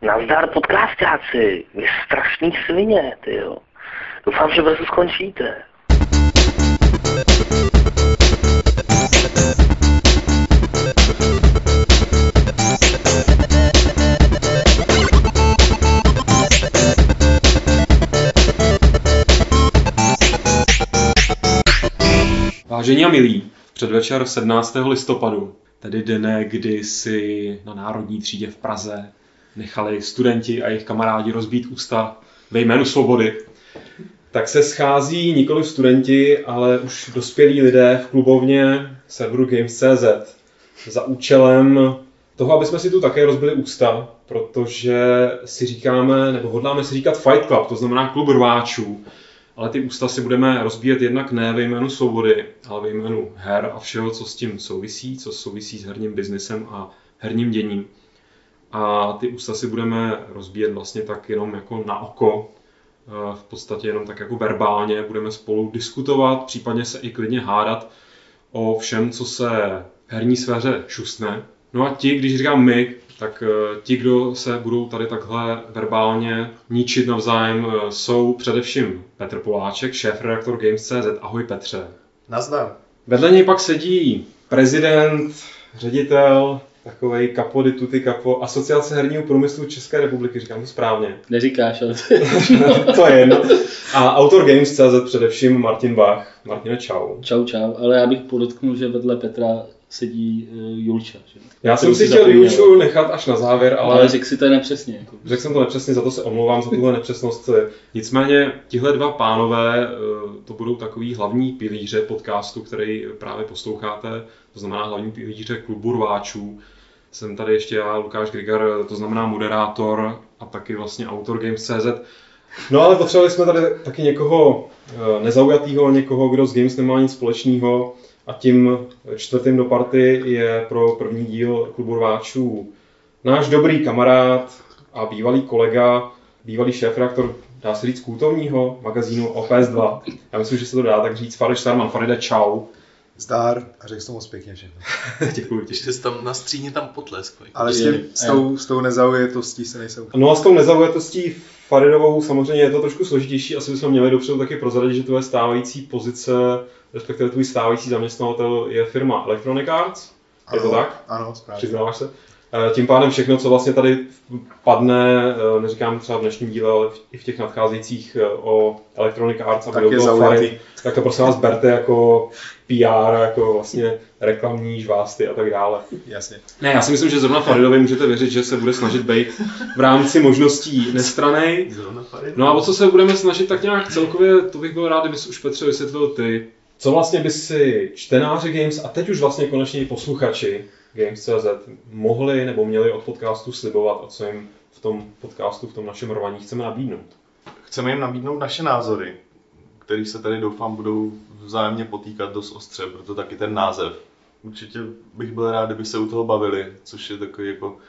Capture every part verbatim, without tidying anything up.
Nazdar podcastáci, vy strašný svině, tyjo. Doufám, že brzo skončíte. Vážení a milí, předvečer sedmnáctého listopadu, tedy dne, kdy si na Národní třídě v Praze nechali studenti a jejich kamarádi rozbít ústa ve jménu svobody, tak se schází nikoli studenti, ale už dospělí lidé v klubovně serveru Games tečka cé zet za účelem toho, aby jsme si tu také rozbili ústa, protože si říkáme, nebo hodláme si říkat Fight Club, to znamená klub rváčů. Ale ty ústa si budeme rozbíjet jednak ne ve jménu svobody, ale ve jménu her a všeho, co s tím souvisí, co souvisí s herním biznesem a herním děním. A ty ústa si budeme rozbíjet vlastně tak jenom jako na oko, v podstatě jenom tak jako verbálně, budeme spolu diskutovat, případně se i klidně hádat o všem, co se v herní sféře šustne. No a ti, když říkám my, tak ti, kdo se budou tady takhle verbálně ničit navzájem, jsou především Petr Poláček, šéfredaktor Games tečka cé zet. Ahoj Petře. Nazdar. Vedle něj pak sedí prezident, ředitel, takovej capo di tutti capo, Asociace herního průmyslu České republiky, říkám to správně. Neříkáš, ale to je jedno. A autor Games tečka cé zet především Martin Bach. Martine, čau. Čau, čau, ale já bych podotknul, že vedle Petra sedí uh, Julča. Že? Já jsem si chtěl Julču nechat až na závěr, ale... Ale řekl si to nepřesně. Jako. Řekl jsem to nepřesně, za to se omlouvám, za tuhle nepřesnost. Nicméně tihle dva pánové, to budou takový hlavní pilíře podcastu, který právě posloucháte, to znamená hlavní pilíře klubu rváčů. Jsem tady ještě já, Lukáš Grigar, to znamená moderátor a taky vlastně autor Games tečka cé zet. No ale potřebovali jsme tady taky někoho nezaujatýho, někoho, kdo s Games nemá nic společného. A tím čtvrtým do party je pro první díl klubu rváčů náš dobrý kamarád a bývalý kolega, bývalý šéfredaktor, dá se říct, kultovního magazínu O P S dva. Já myslím, že se to dá tak říct. Farid Starman. Faride, čau. Zdar a řekl jsem moc pěkně všechno. Děkuji ti. Ještě jsi tam na stříni tam potlesk. Ale s, tím, s, tou, s tou nezaujatostí se nejsem. No a s tou nezaujatostí Faridovou samozřejmě je to trošku složitější. Asi bychom měli dopředu taky prozradit, že tvoje stávající pozice, respektive tvůj stávající zaměstnavatel je firma Electronic Arts. Je Ano, to tak? Ano, správně. Přiznáváš se? Tím pádem všechno, co vlastně tady padne, neříkám třeba v dnešním díle, ale i v těch nadcházejících o Electronic Arts a budou to Farid, tak to prosím vás berte jako P R, jako vlastně reklamní žvásty a tak dále. Jasně. Ne, já si myslím, že zrovna Faridovi můžete věřit, že se bude snažit být v rámci možností nestranej. No a o co se budeme snažit tak nějak celkově, to bych byl rád, kdybys už Petře vysvětlil ty. Co vlastně by si čtenáři Games a teď už vlastně konečně i posluchači Games tečka cé zet mohli nebo měli od podcastu slibovat a co jim v tom podcastu, v tom našem rvaní chceme nabídnout? Chceme jim nabídnout naše názory, které se tady doufám budou vzájemně potýkat dost ostře, proto taky ten název. Určitě bych byl rád, kdyby se u toho bavili, což je takový jako uh,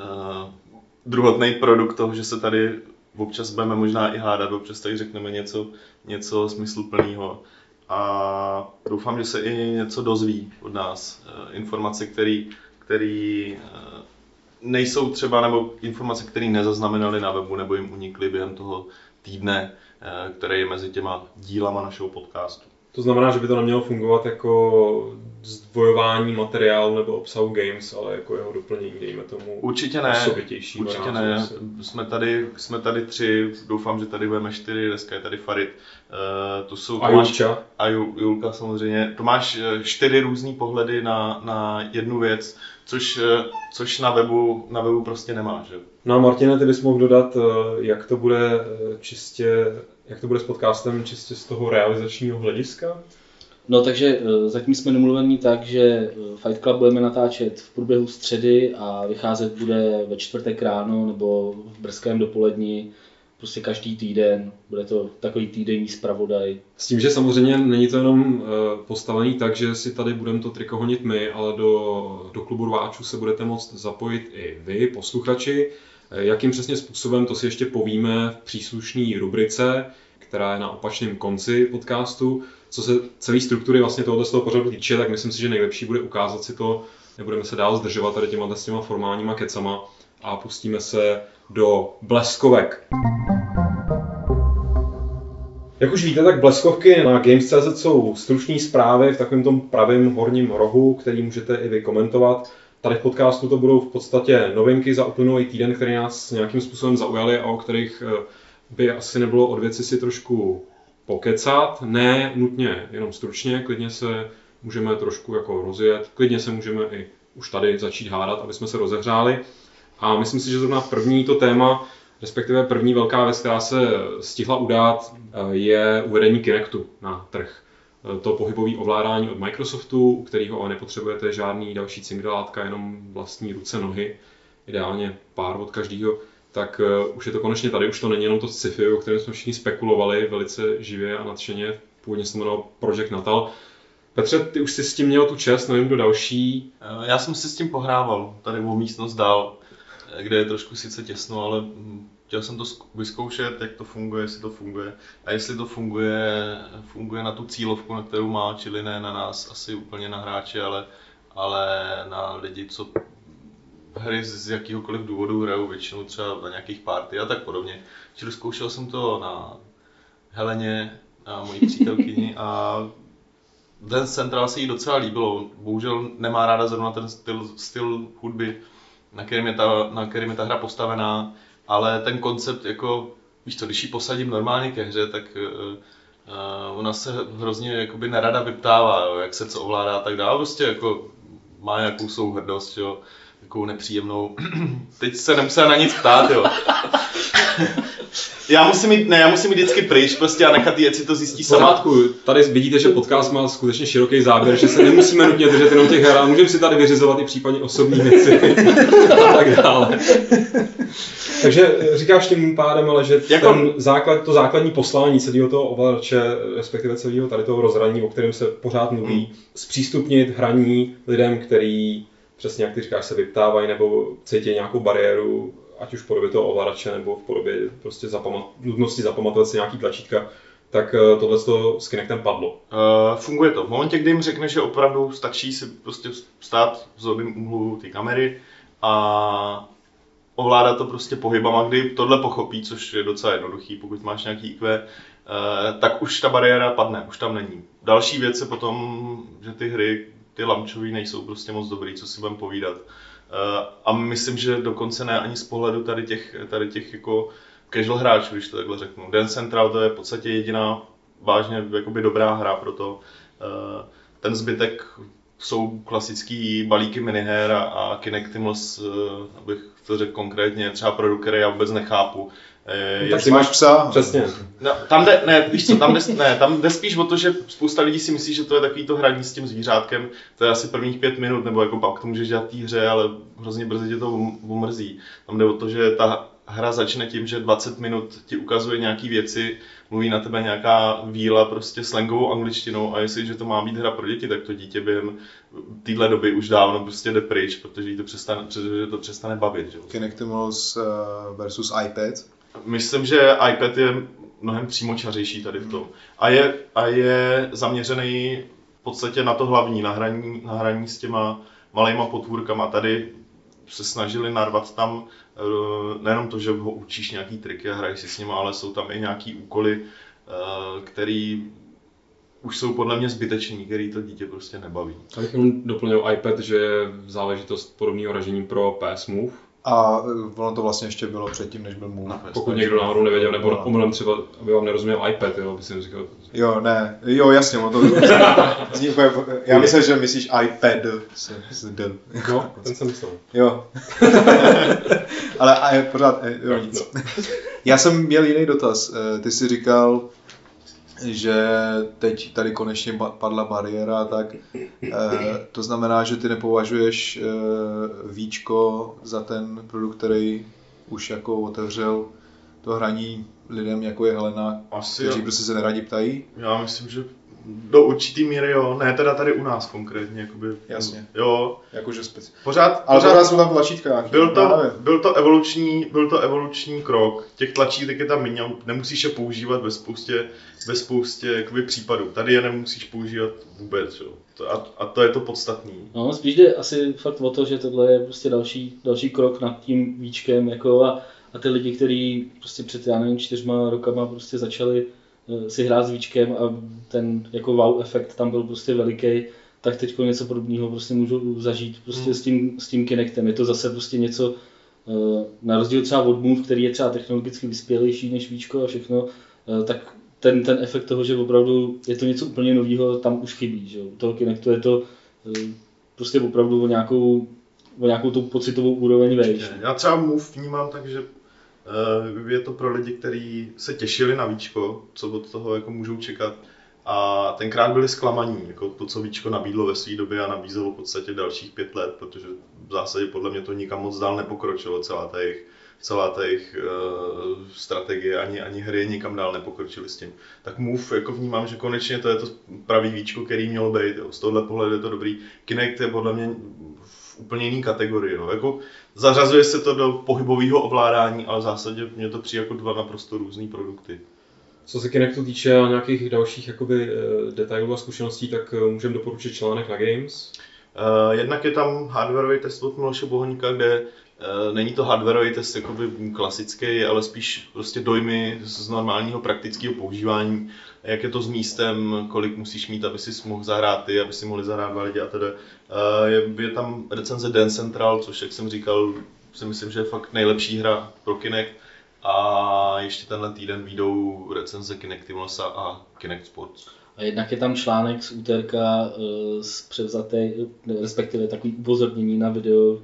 druhotný produkt toho, že se tady občas budeme možná i hádat, občas tady řekneme něco, něco smysluplného. A doufám, že se i něco dozví od nás. Informace, které který nejsou třeba, nebo informace, které nezaznamenali na webu, nebo jim unikly během toho týdne, který je mezi těma dílama našeho podcastu. To znamená, že by to nemělo fungovat jako zdvojování materiálu nebo obsahu Games, ale jako jeho doplnění, dejme tomu. Určitě ne, osobitější určitě ne. Jsme tady, jsme tady tři, doufám, že tady budeme čtyři, dneska je tady Farid. Uh, to jsou a Tomáš, Julča. A Julka samozřejmě. To máš čtyři různý pohledy na, na jednu věc, což, což na webu, na webu prostě nemáš. Že? No a Martine, ty bys mohl dodat, jak to bude čistě, jak to bude s podcastem čistě z toho realizačního hlediska? No takže zatím jsme domluvení tak, že Fight Club budeme natáčet v průběhu středy a vycházet bude ve čtvrtek ráno nebo v brzkém dopoledni. Prostě každý týden, bude to takový týdenní zpravodaj. S tím, že samozřejmě není to jenom postavený tak, že si tady budeme to triko honit my, ale do, do klubu rváčů se budete moct zapojit i vy, posluchači. Jakým přesně způsobem, to si ještě povíme v příslušné rubrice, která je na opačném konci podcastu. Co se celé struktury vlastně tohoto z toho pořadu týče, tak myslím si, že nejlepší bude ukázat si to, nebudeme se dál zdržovat tady těma, s těma formálníma kecama, a pustíme se do bleskovek. Jak už víte, tak bleskovky na Games tečka cé zet jsou stručné zprávy v takovém tom pravém horním rohu, který můžete i vy komentovat. Tady v podcastu to budou v podstatě novinky za uplynulý týden, které nás nějakým způsobem zaujaly a o kterých by asi nebylo od věci si trošku pokecat. Ne nutně jenom stručně, klidně se můžeme trošku jako rozjet, klidně se můžeme i už tady začít hádat, aby jsme se rozehřáli. A myslím si, že zrovna první to téma, respektive první velká věc, která se stihla udát, je uvedení Kinectu na trh. To pohybové ovládání od Microsoftu, u kterého ale nepotřebujete žádný další cingelátka, jenom vlastní ruce, nohy, ideálně pár od každého, tak už je to konečně tady, už to není jenom to sci-fi, o kterém jsme všichni spekulovali velice živě a nadšeně, původně se to jmenovalo Project Natal. Petře, ty už jsi s tím měl tu čest, nevím kdo další. Já jsem si s tím pohrával, tady o místnost dál, kde je trošku sice těsno, ale chtěl jsem to vyzkoušet, jak to funguje, jestli to funguje. A jestli to funguje, funguje na tu cílovku, na kterou má, čili ne na nás, asi úplně na hráče, ale, ale na lidi, co hry z jakýhokoliv důvodu hrajou většinou třeba na nějakých party a tak podobně. Čili zkoušel jsem to na Heleně, na mojí přítelkyni a Dance Central se jí docela líbilo. Bohužel nemá ráda zrovna ten styl, styl hudby, na kterým, je ta, na kterým je ta hra postavená, ale ten koncept, jako, víš co, když ji posadím normálně ke hře, tak uh, uh, ona se hrozně jakoby nerada vyptává, jo, jak se co ovládá a tak dále, prostě jako má nějakou souhrdost, jo, takovou nepříjemnou. Teď se nemusela na nic ptát, jo. Já musím mít, ne, já musím mít vždycky pryč prostě a nechat jí, ať si to zjistí sama. Pořádku, tady vidíte, že podcast má skutečně široký záběr, že se nemusíme nutně držet jenom těch her, ale můžeme si tady vyřizovat i případně osobní věci a tak dále. Takže říkáš tím pádem, ale že jako ten základ, to základní poslání celého toho ovladače, respektive celého tady toho rozhraní, o kterém se pořád mluví, hmm. zpřístupnit hraní lidem, který přesně jak ty říkáš, se vyptávají nebo cítí nějakou bariéru, ať už v podobě toho ovladače nebo v podobě prostě zapamat, nutnosti zapamatovat si nějaký tlačítka, tak tohle s Kinectem padlo. Uh, funguje to. V momentě, kdy jim řekne, že opravdu stačí si prostě stát v zorném úhlu té kamery a ovládat to prostě pohybama, kdy tohle pochopí, což je docela jednoduchý, pokud máš nějaký í kvé, uh, tak už ta bariéra padne, už tam není. Další věc je potom, že ty hry, ty lamčový nejsou prostě moc dobrý, co si budeme povídat. Uh, a myslím, že dokonce ne ani z pohledu tady těch, tady těch jako casual hráčů, když to takhle řeknu. Dance Central to je v podstatě jediná vážně jakoby dobrá hra pro to. Uh, ten zbytek jsou klasický balíky miniher a, a Kinectimals, uh, abych to řekl konkrétně, třeba pro který já vůbec nechápu. No, tak ty máš psa. Přesně. No, tam jde, ne, víš co, tam jde, ne, tam jde spíš o to, že spousta lidí si myslí, že to je takový to hraní s tím zvířátkem, to je asi prvních pět minut, nebo jako pak to můžeš dělat v té hře, ale hrozně brzy tě to umrzí. Tam jde o to, že ta hra začne tím, že dvacet minut ti ukazuje nějaký věci, mluví na tebe nějaká víla prostě slangovou angličtinou a jestliže to má být hra pro děti, tak to dítě během téhle doby už dávno prostě jde pryč, protože jí to přestane, protože to přestane bavit. Že? Kinectimals versus iPad. Myslím, že iPad je mnohem přímočařejší tady v tom. A je, a je zaměřený v podstatě na to hlavní, na hraní, na hraní s těma malejma potvůrkama. Tady se snažili narvat tam nejenom to, že ho učíš nějaký triky a hraješ si s nima, ale jsou tam i nějaký úkoly, který už jsou podle mě zbyteční, který to dítě prostě nebaví. Tak jenom doplnil iPad, že je záležitost podobného ražení pro P S Move. A ono to vlastně ještě bylo předtím, než byl Move. Pokud někdo náhodou nevěděl, nebo no. omylem třeba, aby vám nerozuměl iPad, jo, by jsem říkal. Jo, ne, jo, jasně, to zní úplně, já myslím, že myslíš iPad s, s D. No, ten jsem myslel. Jo. Ale a pořád, jo, nic. No. Já jsem měl jiný dotaz. Ty jsi říkal, že teď tady konečně padla bariéra a tak. To znamená, že ty nepovažuješ Víčko za ten produkt, který už jako otevřel to hraní lidem, jako je Helena, Asi kteří jo. prostě se neradi ptají? Já myslím, že do určitý míry jo, ne teda tady u nás konkrétně, jakoby. Jasně. Jo. Jakože speci... Pořád, Ale pořád pořád jsou tam tlačítka nějaký. byl to, Právě. byl to evoluční, byl to evoluční krok. Těch tlačítek je tam méně, nemusíš je používat ve spoustě, ve spoustě jakoby případů. Tady je nemusíš používat vůbec, jo. To, a, a to je to podstatný. No, spíš jde asi fakt o to, že tohle je prostě další, další krok nad tím víčkem, jako a, a ty lidi, kteří prostě před, já nevím, čtyřma rokama prostě začali uh, si hrát s víčkem a ten jako wow efekt tam byl prostě veliký, tak teď něco podobného prostě můžu zažít prostě hmm. s tím, s tím Kinectem. Je to zase prostě něco, uh, na rozdíl třeba od Move, který je třeba technologicky vyspělejší než víčko a všechno, uh, tak ten, ten efekt toho, že opravdu je to něco úplně nového, tam už chybí, že jo. U toho Kinectu je to uh, prostě opravdu o nějakou, o nějakou tou pocitovou úroveň vejš. Já třeba Move vnímám tak, že uh, je to pro lidi, kteří se těšili na víčko, co od toho jako můžou čekat. A tenkrát byli zklamaní, jako to, co víčko nabídlo ve své době a nabízelo v podstatě dalších pět let, protože v zásadě podle mě to nikam moc dál nepokročilo, celá ta jejich, celá ta jejich uh, strategie, ani, ani hry nikam dál nepokročily s tím. Tak Move jako vnímám, že konečně to je to pravý víčko, který mělo být, jo. Z tohohle pohledu je to dobrý. Kinect je podle mě v úplně jiný kategorii, jo. Jako zařazuje se to do pohybového ovládání, ale v zásadě mě to přijde jako dva naprosto různý produkty. Co se Kinectu týče a nějakých dalších jakoby, detailů a zkušeností, tak můžeme doporučit článek na Games. Uh, jednak je tam hardwareový test od Miloše Bohoníka, kde uh, není to hardwareový test jakoby klasický, ale spíš prostě dojmy z normálního praktického používání, jak je to s místem, kolik musíš mít, aby si mohl zahrát ty, aby si mohli zahrát dva lidi a tedy. Uh, je, je tam recenze Dance Central, což, jak jsem říkal, si myslím, že je fakt nejlepší hra pro Kinect. A ještě tenhle týden vyjdou recenze Kinectimlesa a Kinect Sports. A jednak je tam článek z úterka z převzaté, respektive takový upozornění na video,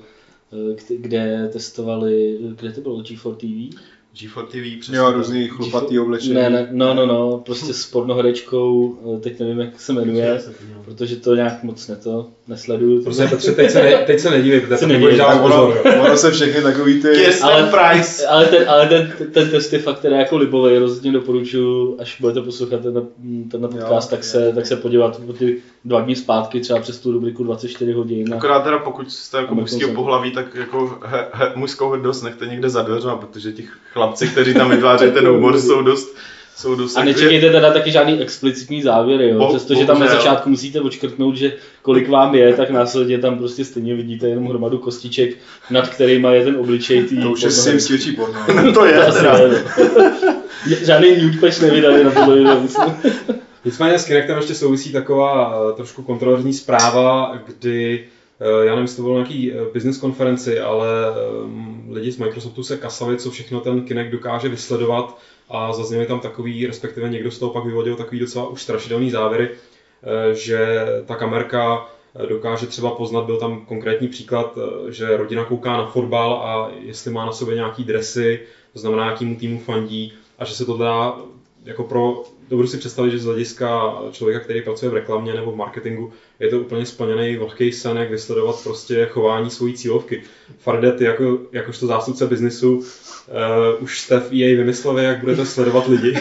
kde testovali, kde to bylo, G čtyři T V? G čtyři T V, přesně. Jo, různý chlupatý oblečení. Ne, ne, no, no, no, prostě s pornoherečkou, teď nevím, jak se jmenuje, protože to nějak moc ne to, nesleduju. Prostě Petře, teď se, ne, teď se nedívej, protože nedívej, nebudeš dávat Tak ono, pozor. Jo. ono se všechny takový ty... ale, ale, ten, ale ten, ten test je fakt teda jako libovej, rozhodně doporučuji, až budete poslouchat ten, ten podcast, Jo, tak, se, jo. tak se podívat o ty dva dny zpátky, třeba přes tu rubriku dvacet čtyři hodin. Akorát teda pokud jste jako Abychom mužského se- pohlaví, tak jako he, he, mužskou hrdost nechte někde za dveřma, protože ti chlapci, kteří tam vytvářejí ten humor, jsou dost... Jsou dost A nečekejte teda taky žádný explicitní závěry, jo? Bo- Přestože tam na bohužel. začátku musíte odškrtnout, že kolik vám je, tak následně tam prostě stejně vidíte jenom hromadu kostiček, nad kterýma je ten obličej tý... To už je sim svědčí porno. to je Asi teda. ne, no. Žádný nude patch nevydali na tohle video, myslím. Nicméně s Kinectem ještě souvisí taková uh, trošku kontroverzní zpráva, kdy, uh, já nevím, jestli to bylo nějaký uh, business konferenci, ale um, lidi z Microsoftu se kasali, co všechno ten Kinect dokáže vysledovat a zazněli tam takový, respektive někdo z toho pak vyvodil takový docela už strašidelný závěry, uh, že ta kamerka dokáže třeba poznat, byl tam konkrétní příklad, uh, že rodina kouká na fotbal a jestli má na sobě nějaký dresy, to znamená, jakýmu týmu fandí, a že se to dá jako pro, dovedu si představit, že z hlediska člověka, který pracuje v reklamě nebo v marketingu, je to úplně splněný vlhký sen, jak vysledovat prostě chování svojí cílovky. Farde, ty jako, jakožto zástupce biznisu, uh, už jste v E A vymysleli, jak budete sledovat lidi.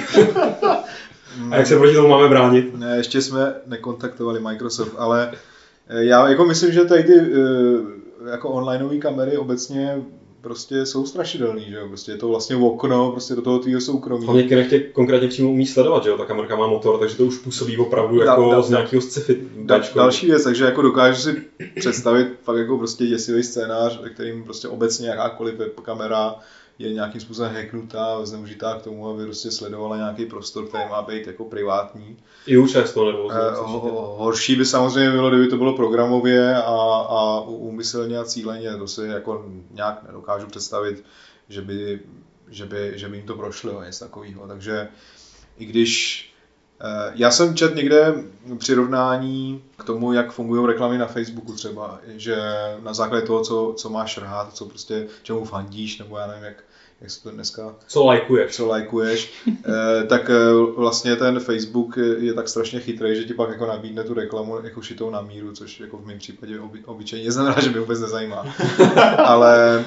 A jak se proti tomu máme bránit? Ne, ještě jsme nekontaktovali Microsoft, ale já jako myslím, že tady ty eh, jako onlineové kamery obecně prostě jsou strašidelný, že jo, prostě je to vlastně okno, prostě do toho tvýho soukromí. Hlavně Kinect tě konkrétně přímo umí sledovat, že jo, ta kamerka má motor, takže to už působí opravdu jako Da- da- z nějakého sci-fi. Da, další věc, takže jako dokážu si představit fakt jako prostě děsivý scénář, ve kterým prostě obecně jakákoliv kamera je nějakým způsobem hacknutá, zneužitá k tomu, aby prostě sledovala nějaký prostor, který má být jako privátní. I U šest to nebo Eh, ho- Horší by samozřejmě bylo, kdyby to bylo programově a, a úmyslně a cíleně, to si jako nějak nedokážu představit, že by, že by, že by jim to prošlo, něco takového. Takže i když eh, já jsem četl někde přirovnání k tomu, jak fungují reklamy na Facebooku třeba, že na základě toho, co, co máš rád, co prostě čemu fandíš, nebo já nevím, jak, jak se to dneska Co lajkuješ? co lajkuješ, eh, tak eh, vlastně ten Facebook je, je tak strašně chytrý, že ti pak jako nabídne tu reklamu jako šitou na míru, což jako v mém případě oby, obyčejně znamená, že mě vůbec nezajímá. Ale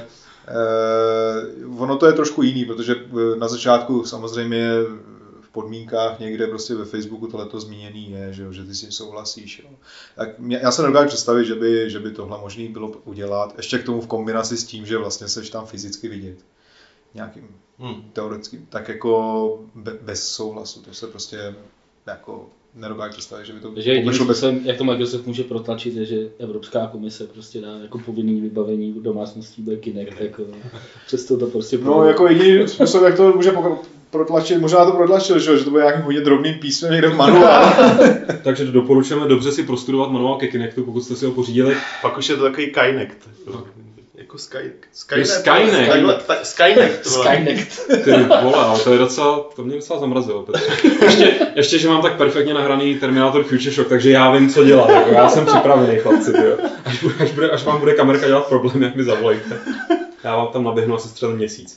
Uh, ono to je trošku jiný, protože na začátku samozřejmě v podmínkách někde prostě ve Facebooku tohleto zmíněný je, že, že ty s tím souhlasíš. Jo. Tak mě, já se nedokážu představit, že by, že by tohle možné bylo udělat, ještě k tomu v kombinaci s tím, že vlastně seš tam fyzicky vidět nějakým hmm. teoretickým, tak jako be, bez souhlasu, to se prostě jako nedokážu představit, že by to pošlo bez... Jak to Microsoft může protlačit, je, že Evropská komise prostě dá jako povinný vybavení domácností bude Kinect, jako přesto to prostě... No pro... jako jediný způsob, jak to může protlačit, možná to protlačil, že to bude nějakým hodně drobným písmem někde v manuálu. Takže doporučujeme dobře si prostudovat manuál ke Kinectu, pokud jste si ho pořídili. Pak už je to takový Kinect. Jako Sky, Skynet. Skynet. Skynet. Skynet. Ty vole, ale to je docela, to mě docela zamrazilo. Ještě, ještě, že mám tak perfektně nahraný Terminator Future Shock, takže já vím, co dělat. Jako já jsem připravený, chlapci. Tyjo. Až, bude, až, bude, až vám bude kamerka dělat problém, jak mi zavolejte. Já vám tam naběhnu asi střelem měsíc.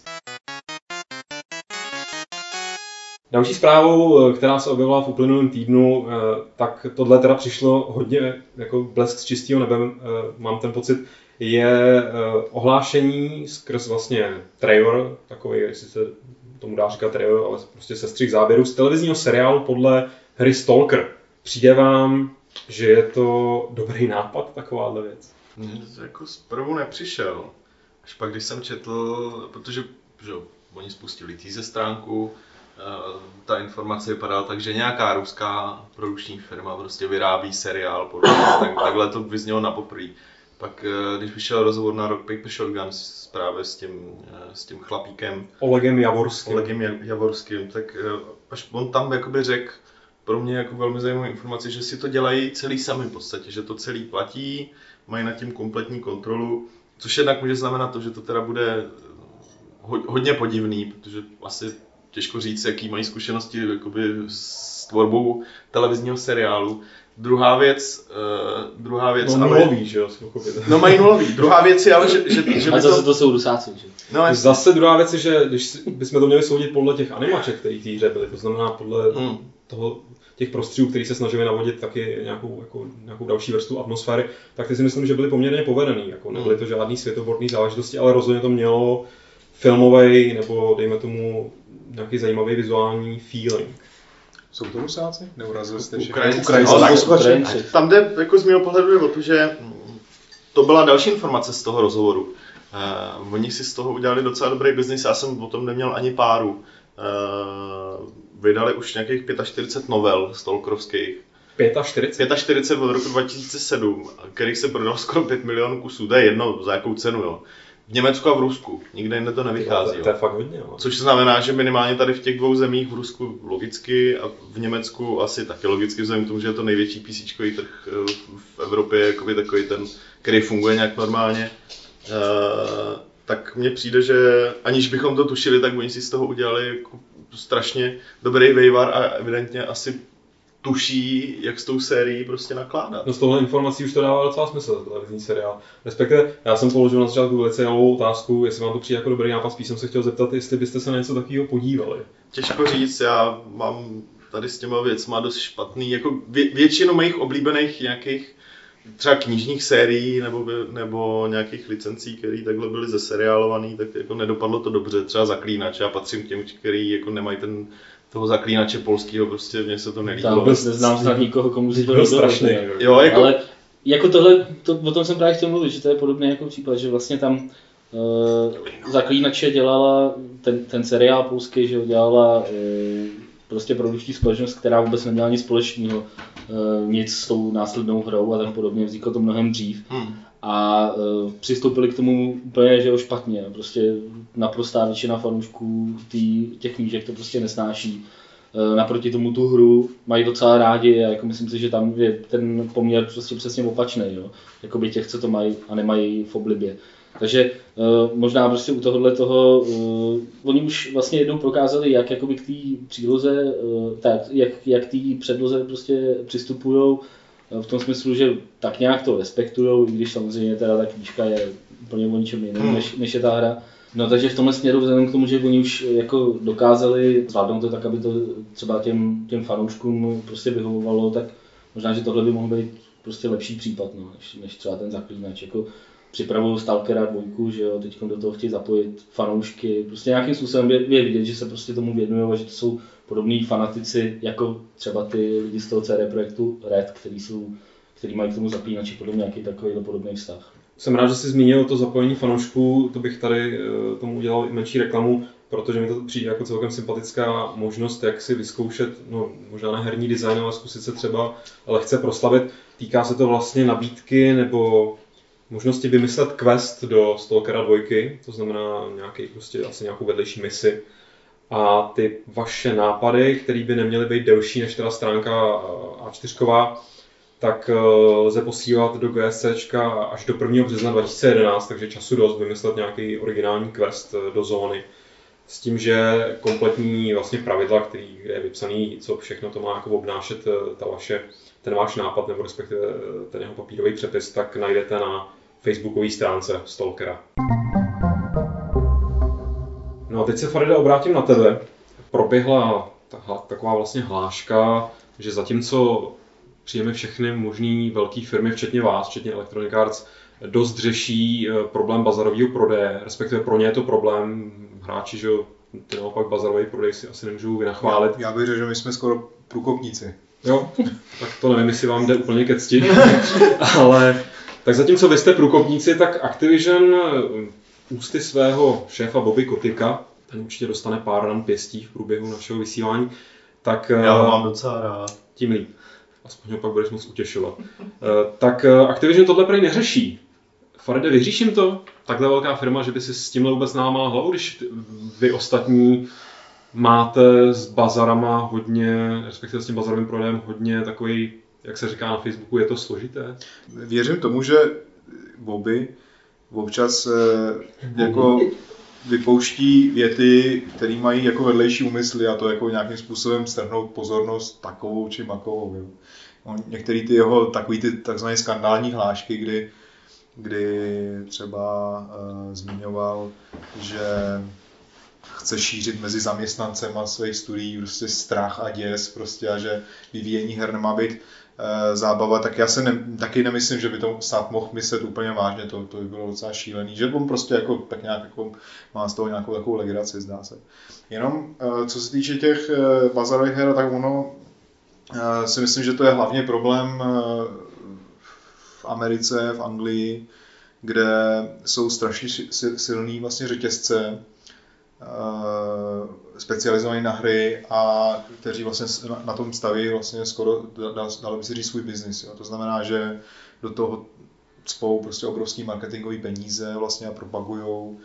Další zprávou, která se objevila v uplynulém týdnu, tak tohle teda přišlo hodně jako blesk z čistého nebe, mám ten pocit, je ohlášení skrz vlastně trailer, takový, jestli se tomu dá říkat trailer, ale prostě sestřih záběru z televizního seriálu podle hry Stalker. Přijde vám, že je to dobrý nápad, takováhle věc? Mně to jako zprvu nepřišel. Až pak, když jsem četl, protože že, oni spustili teaser stránku, ta informace vypadala tak, že nějaká ruská produkční firma prostě vyrábí seriál, podle tak, takhle to vyznělo na poprvé. Pak, když vyšel rozhovor na Rock Paper Shotgun právě s tím, s tím chlapíkem Olegem Javorským, Olegem Javorským, tak až on tam jakoby řekl pro mě jako velmi zajímavou informaci, že si to dělají celý sami v podstatě, že to celý platí, mají nad tím kompletní kontrolu, což jednak může znamenat to, že to teda bude hodně podivný, protože asi těžko říct, jaký mají zkušenosti jakoby s tvorbou televizního seriálu. Druhá věc, uh, druhá věc, no, ale... nulový, že jo? No mají nulový. Druhá věc je ale, že... že, že a zase to... to jsou rusáci, že? No, zase druhá věc je, že když bychom to měli soudit podle těch animaček, které v té hře byly, to znamená podle hmm. toho, těch prostředků, který se snažili navodit taky nějakou, jako, nějakou další vrstvu atmosféry, tak ty si myslím, že byly poměrně povedený. Jako, nebyly to žádný světoborný záležitosti, ale rozhodně to mělo filmovej nebo dejme tomu nějaký zajímavý vizuální feeling. Jsou to Rusáci? Neurazili jste Ukrajinci. Ukrajinci. No, Ukrajinci. Tam jde jako z mého pohledu o to, že to byla další informace z toho rozhovoru. Uh, oni si z toho udělali docela dobrý biznis, já jsem o tom neměl ani páru. Uh, vydali už nějakých čtyřicet pět novel stalkerovských. čtyřicet pět? čtyřicet pět od roku dva tisíce sedm, kterých se prodalo skoro pět milionů kusů, to je jedno za jakou cenu, jo. V Německu a v Rusku. Nikde jinde to nevychází. To, to je fakt hodně. Jo. Což znamená, že minimálně tady v těch dvou zemích, v Rusku logicky a v Německu asi taky logicky, vzhledem k tomu, že je to největší písíčkový trh v Evropě, jakoby takový ten, který funguje nějak normálně. Uh, tak mně přijde, že aniž bychom to tušili, tak oni si z toho udělali jako strašně dobrý vejvar a evidentně asi tuší, jak s tou sérií prostě nakládat. No z tohle informací už to dává docela smysl, televizní seriál. Respektive, já jsem položil na začátku velice jalovou otázku, jestli vám to přijde jako dobrý nápad, spíš jsem se chtěl zeptat, jestli byste se na něco takového podívali. Těžko říct, já mám tady s těma věcma dost špatný, jako vě, většinu mých oblíbených nějakých třeba knižních sérií nebo, nebo nějakých licencí, které takhle byly zeseriálovaný, tak jako nedopadlo to dobře, třeba Zaklínač, já patřím k těm, který jako nemají ten toho Zaklínače polského, prostě mně se to nelíbilo. Já vůbec neznám snad nikoho, komu si to byl strašný. Jo, jako... Ale jako tohle, to, o tom jsem právě chtěl mluvit, že to je podobný jako případ, že vlastně tam uh, Zaklínače dělala, ten, ten seriál polský, že dělala uh, prostě produkční společnost, která vůbec neměla nic společného, uh, nic s tou následnou hrou a tak podobně, vzniklo to mnohem dřív. Hmm. A uh, přistoupili k tomu úplně, že jo, špatně. Prostě naprostá většina fanoušků tý, těch knížek to prostě nesnáší. Uh, naproti tomu tu hru mají docela rádi a jako myslím si, že tam je ten poměr prostě přesně opačný, jo. Jakoby těch, co to mají a nemají v oblibě. Takže uh, možná prostě u tohohle toho, uh, oni už vlastně jednou prokázali, jak jakoby k té příloze, uh, tak, jak, jak té předloze prostě přistupujou, v tom smyslu, že tak nějak to respektujou, i když samozřejmě teda ta knížka je úplně o ničem jiném, než, než je ta hra. No takže v tomhle směru vzhledem k tomu, že oni už jako dokázali zvládnout to tak, aby to třeba těm, těm fanouškům prostě vyhovovalo, tak možná, že tohle by mohl být prostě lepší případ, no, než, než třeba ten Zaklínač. Jako, připravují Stalkera dvojku, že jo, teď do toho chtějí zapojit fanoušky, prostě nějakým způsobem je, je vidět, že se prostě tomu věnují a že to jsou podobní fanatici, jako třeba ty lidi z toho C D Projektu Red, který, jsou, který mají k tomu zapínači podle nějaký takový podobný vztah. Jsem rád, že jsi zmínil to zapojení fanoušků, to bych tady tomu udělal i menší reklamu, protože mi to přijde jako celkem sympatická možnost, jak si vyzkoušet, no možná ne herní design, ale zkusit se třeba lehce proslavit. Týká se to vlastně nabídky nebo možnosti vymyslet quest do Stalkera dvojky, to znamená nějaký, prostě asi nějakou vedlejší misi. A ty vaše nápady, které by neměly být delší než teda stránka á čtyři, tak lze posílat do GSCčka až do prvního března dva tisíce jedenáct, takže času dost vymyslet nějaký originální quest do zóny. S tím, že kompletní vlastně pravidla, který je vypsaný, co všechno to má jako obnášet ta vaše, ten váš nápad, nebo respektive ten jeho papírový přepis, tak najdete na facebookové stránce Stalkera. No a teď se, Faride, obrátím na tebe. Proběhla taková vlastně hláška, že zatímco přijeme všechny možný velké firmy, včetně vás, včetně Electronic Arts, dost řeší problém bazarového prodeje, respektive pro ně je to problém, hráči, že ty naopak bazarový prodej si asi nemůžou vynachválit. Já bych řekl, že my jsme skoro průkopníci. Jo, tak to nevím, jestli vám jde úplně ke cti, ale tak zatímco vy jste průkopníci, tak Activision ústy svého šéfa Bobby Koticka, ten určitě dostane pár ran pěstí v průběhu našeho vysílání, tak já ho mám docela rád. Tím líp. Aspoň ho pak budeš moc utěšovat. Tak Activision tohle prej neřeší. Faride, vyhříším to? Takhle velká firma, že by si s tímhle vůbec námala hlavu, když vy ostatní máte s bazarama hodně, respektive s tím bazarovým prodejem hodně takový, jak se říká na Facebooku, je to složité? Věřím tomu, že Bobby občas jako vypouští věty, které mají jako vedlejší úmysly a to jako nějakým způsobem strhnout pozornost takovou či makovou. Jo. On, některý ty jeho takový ty takzvané skandální hlášky, kdy, kdy třeba uh, zmiňoval, že chce šířit mezi zaměstnancema svých studií prostě strach a děs prostě a že vyvíjení her nemá být e, zábava, tak já se ne, taky nemyslím, že by to snad mohl myslet úplně vážně, to, to by bylo docela šílený, že on prostě jako, tak nějak jako má z toho nějakou takovou legraci, zdá se. Jenom e, co se týče těch e, bazarových her, tak ono e, si myslím, že to je hlavně problém e, v Americe, v Anglii, kde jsou strašně silný vlastně řetězce, specializovaní na hry a kteří vlastně na tom staví vlastně skoro, dalo by se říct, svůj biznis. Jo. To znamená, že do toho cpou prostě obrovský marketingový peníze vlastně a propagujou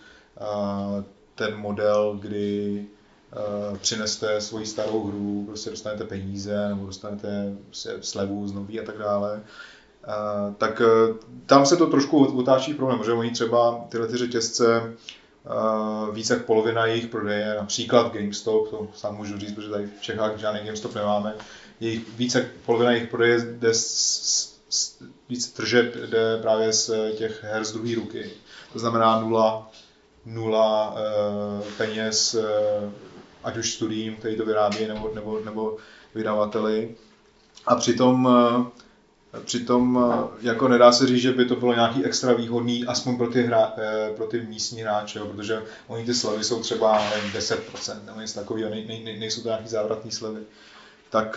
ten model, kdy přineste svoji starou hru, prostě dostanete peníze nebo dostanete slevu z nový a tak dále. Tak tam se to trošku otáčí problém, že oni třeba tyhle ty řetězce Uh, více jak polovina jejich prodeje, například GameStop, to sám můžu říct, protože tady v Čechách žádný GameStop nemáme, jejich, více jak polovina jejich prodeje jde z, z, více tržeb jde právě z těch her z druhé ruky. To znamená nula, nula uh, peněz, uh, ať už studiím, který to vyrábí, nebo, nebo, nebo vydavateli. A přitom uh, Přitom jako nedá se říct, že by to bylo nějaký extra výhodný, aspoň pro ty, hra, pro ty místní hráče, jo, protože oni ty slevy jsou třeba nevím, deset procent nebo něco takového, ne, ne, nejsou to nějaký závratný slevy. Tak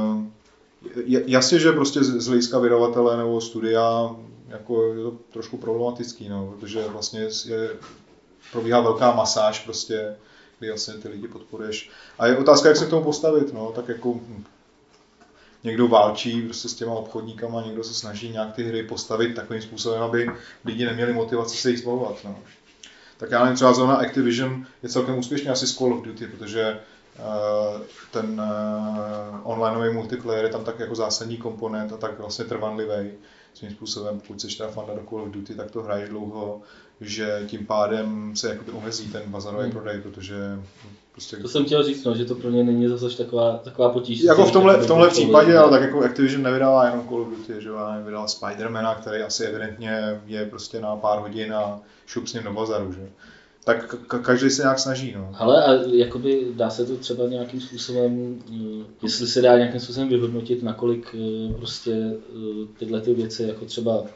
jasně, že prostě z hlediska vydavatele nebo studia jako je to trošku problematický, no, protože vlastně je, probíhá velká masáž prostě, kdy vlastně ty lidi podporuješ. A je otázka, jak se k tomu postavit, no, tak jako někdo válčí prostě s těma obchodníkama, někdo se snaží nějak ty hry postavit takovým způsobem, aby lidi neměli motivaci se jich zbavovat. No. Tak já nevím, třeba zóna Activision je celkem úspěšně asi z Call of Duty, protože uh, ten uh, onlineový multiplayer je tam tak jako zásadní komponent a tak vlastně trvanlivý svým způsobem. Pokud seš teda fanda do Call of Duty, tak to hraješ dlouho, že tím pádem se jakoby omezí ten bazarový hmm. prodej, protože prostě... To jsem chtěl říct, no, že to pro ně není zase taková, taková potíž. Jako v tomhle, v tomhle případě, ale tak jako Activision nevydává jenom Call of Duty, že vydal Spidermana, který asi evidentně je prostě na pár hodin a šup s ním do bazaru, že? Tak ka- každý se nějak snaží, no. Ale a jakoby dá se to třeba nějakým způsobem, jestli se dá nějakým způsobem vyhodnotit, nakolik prostě tyhle ty věci, jako třeba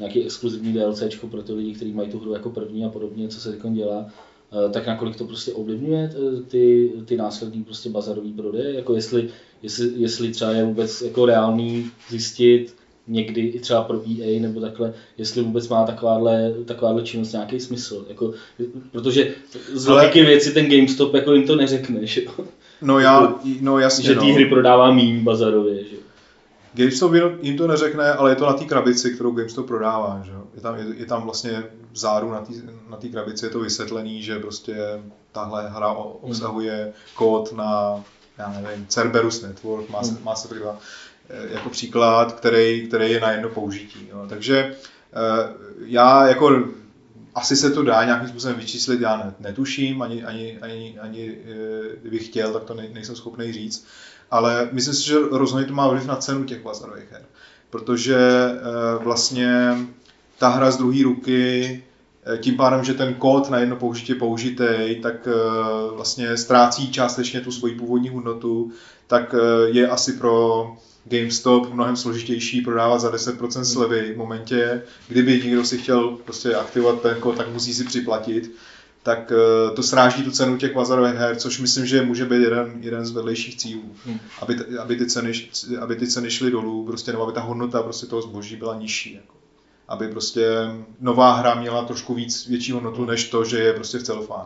nějaký exkluzivní DLCčko pro ty lidi, kteří mají tu hru jako první a podobně, co se teď dělá, tak nakolik to prostě ovlivňuje ty, ty následný prostě bazarový prodeje, jako jestli, jestli, jestli třeba je vůbec jako reálný zjistit někdy i třeba pro E A nebo takhle, jestli vůbec má takováhle, takováhle činnost nějaký smysl, jako, protože z logiky věci ten GameStop jako jim to neřekne, že jo? No já, no jasně, že ty no. hry prodává míň bazarově, že jo? GameStop jim to neřekne, ale je to na té krabici, kterou GameStop prodává, že jo? Je tam, je, je tam vlastně vzadu na té na té krabici je to vysvětlený, že prostě tahle hra obsahuje kód na, já nevím, Cerberus Network, má se, má se to jako příklad, který, který je na jedno použití. Jo. Takže já jako asi se to dá nějakým způsobem vyčíslit, já netuším, ani, ani, ani, ani kdybych chtěl, tak to nejsem schopný říct. Ale myslím si, že rozhodně to má vliv na cenu těch bazarových her. Protože vlastně ta hra z druhé ruky, tím pádem, že ten kód na jedno použití je použitý, tak vlastně ztrácí částečně tu svoji původní hodnotu, tak je asi pro GameStop mnohem složitější prodávat za deset procent slevy v momentě, kdyby někdo si chtěl prostě aktivovat ten kód, tak musí si připlatit, tak to sráží tu cenu těch bazarových her, což myslím, že může být jeden, jeden z vedlejších cílů, hmm. aby, aby, ty ceny, aby ty ceny šly dolů, prostě, nebo aby ta hodnota prostě toho zboží byla nižší. Jako. Aby prostě nová hra měla trošku víc větší hodnotu, než to, že je prostě v celofánu.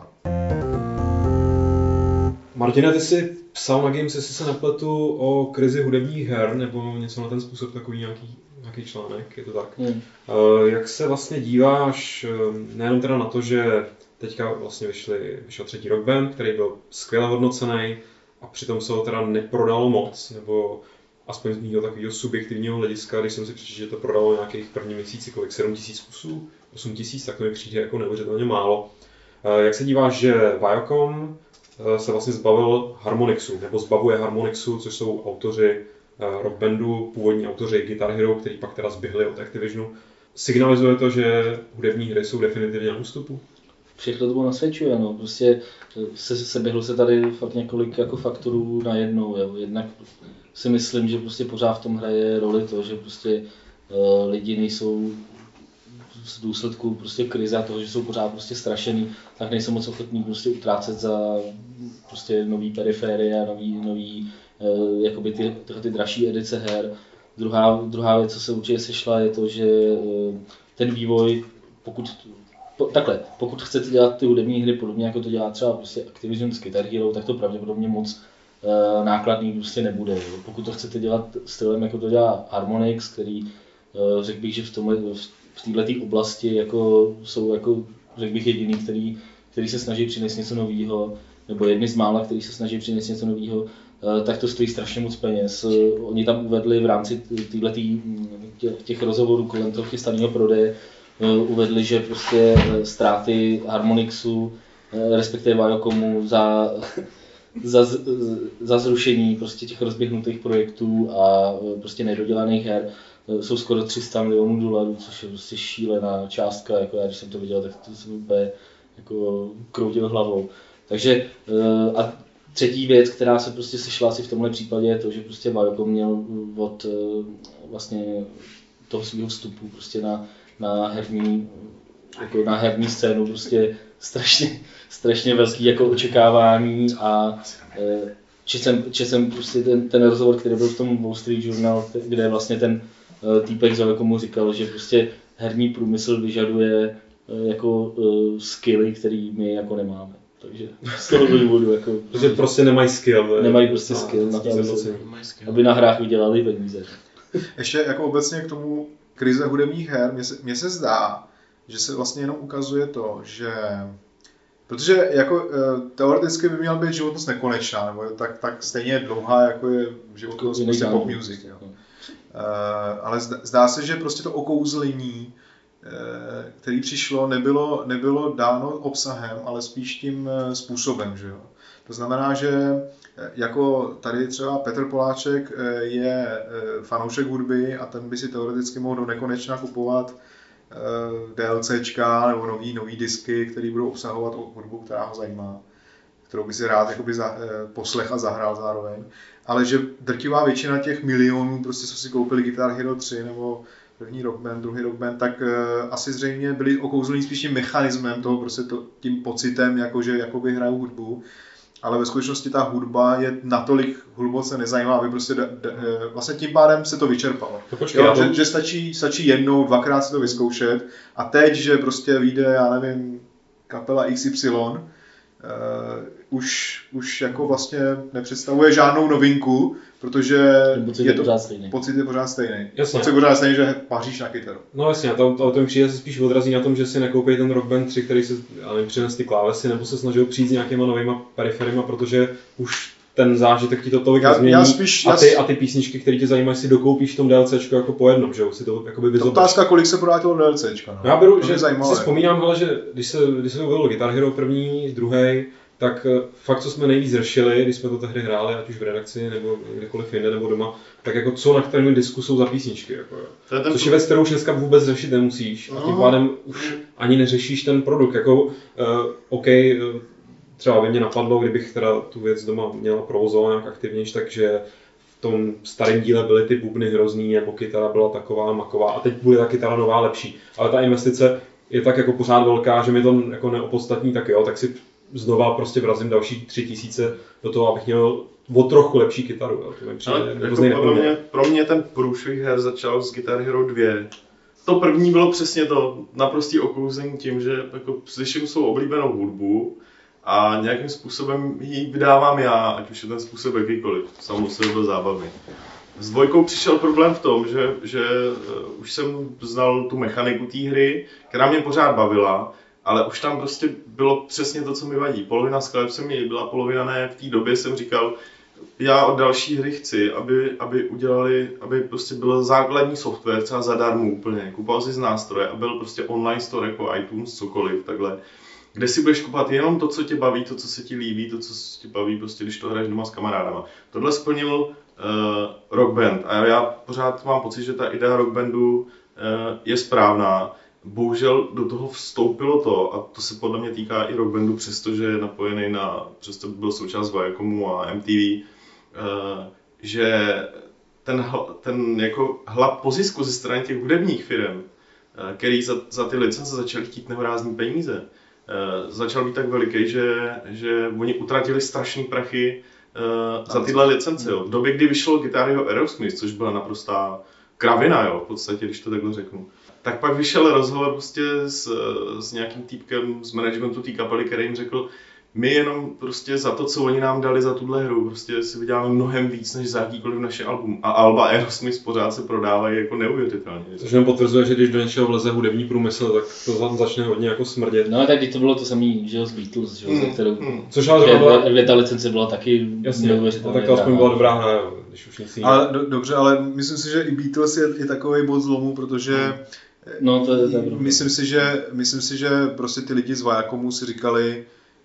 Martina, ty jsi psal na Games, jestli se nepletu, o krizi hudebních her, nebo něco na ten způsob, takový nějaký, nějaký článek, je to tak? Hmm. Jak se vlastně díváš, nejenom teda na to, že teďka vlastně vyšli, vyšel třetí Rock Band, který byl skvěle hodnocený a přitom se ho teda neprodalo moc, nebo aspoň z mého takového subjektivního hlediska, když jsem si přečetl, že to prodalo nějakých první měsíci, kolik, sedm tisíc kusů, osm tisíc, tak to mi přijde jako neuvěřitelně málo. Jak se díváš, že Viacom se vlastně zbavil Harmonixu, nebo zbavuje Harmonixu, což jsou autoři Rock Bandu, původní autoři Guitar Hero, kteří pak teda zbyhli od Activisionu. Signalizuje to, že hudební hry jsou definitivně na ústupu? Všechno to nasvědčuje, no. Prostě se, se běhlo se tady fakt několik jako faktorů najednou, jo. Jednak si myslím, že prostě pořád v tom hraje roli to, že prostě uh, lidi nejsou z důsledku prostě krize a toho, že jsou pořád prostě strašený, tak nejsou moc ochotní prostě utrácet za prostě nový periférie a nový, nový uh, jakoby ty, tyhle ty dražší edice her. Druhá, druhá věc, co se určitě sešla, je to, že uh, ten vývoj, pokud po, takhle, pokud chcete dělat ty hudební hry podobně, jako to dělá třeba prostě Activision s Guitar Hero, tak to pravděpodobně moc uh, nákladný prostě nebude. Jo. Pokud to chcete dělat stylem, jako to dělá Harmonix, který uh, řekl bych, že v tomhle v této oblasti jako, jsou jako, řekl bych, jediný, který, který se snaží přinést něco nového, nebo jedni z mála, který se snaží přinést něco nového, uh, tak to stojí strašně moc peněz. Uh, oni tam uvedli v rámci týhletý, těch, těch rozhovorů kolem toho chystaného prodeje, uvedli, že prostě ztráty Harmonixu, respektive Viacomu za, za, za zrušení prostě těch rozběhnutých projektů a prostě nedodělaných her jsou skoro tři sta milionů dolarů, což je prostě šílená částka, jako já když jsem to viděl, tak to jsem úplně jako kroutil hlavou. Takže a třetí věc, která se prostě sešla asi v tomhle případě, je to, že prostě Viacom měl od vlastně toho svého vstupu prostě na na herní, jako na herní scénu prostě strašně, strašně velký jako očekávání a četl jsem, četl jsem prostě ten, ten rozhovor, který byl v tom Wall Street Journal, kde vlastně ten týpek z Viacomu říkal, že prostě herní průmysl vyžaduje jako uh, skilly, který my jako nemáme. Takže z toho důvodu jako... Protože prostě nemají skill. Nemají prostě no, skill na to, aby, aby na hrách vydělali peníze. Ještě jako obecně k tomu krize hudebních her, mně se, mně se zdá, že se vlastně jenom ukazuje to, že protože jako teoreticky by měla být životnost nekonečná, nebo tak, tak stejně dlouhá, jako je životnost prostě pop music. Jo. Uh, ale zdá, zdá se, že prostě to okouzlení, uh, který přišlo, nebylo, nebylo dáno obsahem, ale spíš tím způsobem. Že jo. To znamená, že jako tady třeba Petr Poláček je fanoušek hudby a ten by si teoreticky mohl do nekonečna kupovat DLCčka nebo nový, nový disky, které budou obsahovat hudbu, která ho zajímá, kterou by si rád jakoby za, poslech a zahrál zároveň. Ale že drtivá většina těch milionů, prostě, co si koupili Guitar Hero tři nebo první Rock Band, druhý Rock Band, tak uh, asi zřejmě byli okouzlení spíš tím mechanismem toho, prostě to, tím pocitem, jako že jakoby hrajou hudbu. Ale ve skutečnosti ta hudba je natolik hluboce nezajímavá, aby prostě da, da, vlastně tím pádem se to vyčerpalo. To počkej, jo, to... že, že stačí, stačí jednou, dvakrát si to vyzkoušet a teď, že prostě vyjde, já nevím, kapela X Y, Uh, už, už jako vlastně nepředstavuje žádnou novinku, protože pocit je je to, pořád stejný. Pocit je pořád stejný. Jasně. Pocit je pořád stejný, že paříš na kytaru. No jasně, to, ale to mi přijde se spíš odrazí na tom, že si nekoupí ten Rock Band tři, který se přines ty klávesy, nebo se snažil přijít s nějakýma novýma periferima, protože už ten zážitek ti to tolik já, nezmění já spíš, a, ty, a ty písničky, které tě zajímají, si dokoupíš v tom DLCčku jako po jednom, že jo, si to jakoby vyzobeš. Otázka, kolik se prodá toho DLCčka. No. Já beru, to že zajímavé. si vzpomínám, hele, že když se, když se objevil Guitar Hero první, druhý, tak fakt, co jsme nejvíc řešili, když jsme to tehdy hráli, ať už v redakci, nebo kdekoliv jinde, nebo doma, tak jako co na kterém disku jsou za písničky. Jako, To je ten což je věc, kterou už dneska vůbec řešit nemusíš. A tím pádem už ani neřešíš ten produkt. Jako, uh, OK, uh, třeba by mě napadlo, kdybych teda tu věc doma měla provozovat nějak aktivnější, takže v tom starém díle byly ty bubny hrozný, nebo kytara byla taková maková a teď bude ta kytara nová lepší. Ale ta investice je tak jako pořád velká, že mi to jako neopodstatní, tak jo, tak si znova prostě vrazím další tři tisíce do toho, abych měl o trochu lepší kytaru. Jo. To mi přijde hrozný jako pro, mě, pro mě ten průšvih her začal s Guitar Hero dva. To první bylo přesně to naprostý okouzení tím, že jako slyším svou oblíbenou hudbu a nějakým způsobem ji vydávám já, ať už je ten způsob jakýkoliv. Samo se byl zábavný. S dvojkou přišel problém v tom, že, že uh, už jsem znal tu mechaniku té hry, která mě pořád bavila, ale už tam prostě bylo přesně to, co mi vadí. Polovina skladeb se mi líbila, polovina ne. V té době jsem říkal, já od další hry chci, aby, aby udělali, aby prostě byl základní software, třeba zadarmo úplně. Kupoval si z nástroje a byl prostě online store jako iTunes, cokoliv, takhle. Kde si budeš kupovat jenom to, co tě baví, to, co se ti líbí, to, co se ti baví, prostě když to hraješ doma s kamarádama. Tohle splnil uh, Rock Band a já pořád mám pocit, že ta idea Rock Bandu uh, je správná. Bohužel do toho vstoupilo to, a to se podle mě týká i Rock Bandu, přestože je napojený na, přesto byl součást Viacomu a M T V, uh, že ten, ten jako hlad po zisku ze strany těch hudebních firm, uh, který za, za ty licence začali chtít nehorázný peníze, uh, začal být tak veliký, že, že oni utratili strašný prachy uh, za tyhle licence. Jo. V době, kdy vyšlo Guitar Hero Aerosmith, což byla naprostá kravina, jo, v podstatě, když to takhle řeknu. Tak pak vyšel rozhovor prostě s, s nějakým týpkem z managementu té kapely, který jim řekl, my jenom prostě za to, co oni nám dali za tuhle hru, prostě si vyděláme mnohem víc, než za jakýkoliv naše album. A alba Aerosmith pořád se prodávají jako neuvěřitelně. Což nám potvrzuje, že když do něčeho vleze hudební průmysl, tak to začne hodně jako smrdět. No tak to bylo to samý, že jo, z Beatles, že jo, mm, kterou, mm. Což ale byla... kde ta licence byla taky neuvěřitelná. Tak to aspoň byla dobrá hra, když už nic jiného. Ale do, dobře, ale myslím si, že i Beatles je, je takový bod zlomu, protože mm. No, to je myslím si, že, myslím si, že prostě ty lidi z Viacomu si říkali,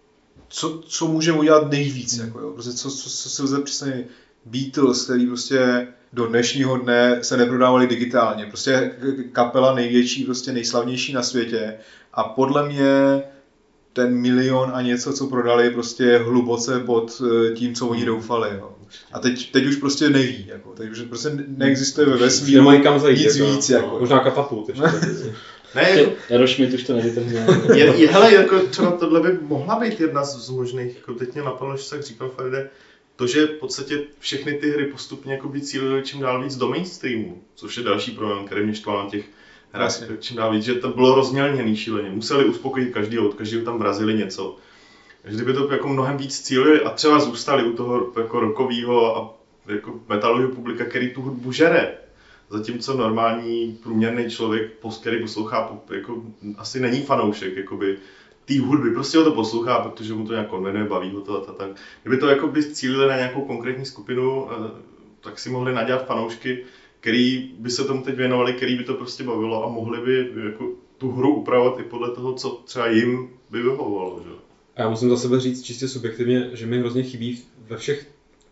co, co můžeme udělat nejvíc, jako jo? Prostě co, co, co si lze přesně Beatles, který prostě do dnešního dne se neprodávali digitálně, prostě kapela největší, prostě nejslavnější na světě a podle mě ten milion a něco, co prodali, prostě je hluboce pod tím, co oni doufali. Jo. A teď, teď už prostě neví, jako, teď už prostě neexistuje ve vesmíru nic jako, víc. Jako. Možná katapult ještě. Ne, jako, Aerosmith už to nevytrhne. je, je, hele, jako třeba tohle by mohla být jedna z možných, jako teď mě napadlo, že jak říkal Faride, to, že v podstatě všechny ty hry postupně jako by cílily čím dál víc do mainstreamu, což je další problém, který mě štval na těch hrách, čím dál víc, že to bylo rozmělněný šíleně, museli uspokojit každého, od každého tam vrazili něco. Takže kdyby to jako mnohem víc cílili a třeba zůstali u toho jako rockového a jako metalového publika, který tu hudbu žere, zatímco normální průměrný člověk, který poslouchá, jako asi není fanoušek jakoby té hudby, prostě ho to poslouchá, protože mu to nějak konvenuje, baví ho to a tak. Kdyby to jakoby cílili na nějakou konkrétní skupinu, tak si mohli nadělat fanoušky, který by se tomu teď věnovali, který by to prostě bavilo a mohli by jako tu hru upravovat i podle toho, co třeba jim by vyhovovalo. Že? A já musím za sebe říct čistě subjektivně, že mi hrozně chybí ve všech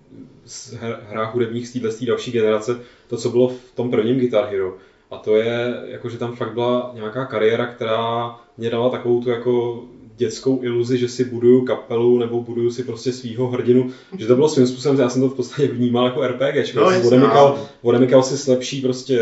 hrách hudebních z této další generace to, co bylo v tom prvním Guitar Hero. A to je, jako, že tam fakt byla nějaká kariéra, která mě dala takovou tu jako dětskou iluzi, že si buduju kapelu nebo buduju si prostě svýho hrdinu, že to bylo svým způsobem, já jsem to v podstatě vnímal jako RPGčko, No, odemykal, odemykal si slepší prostě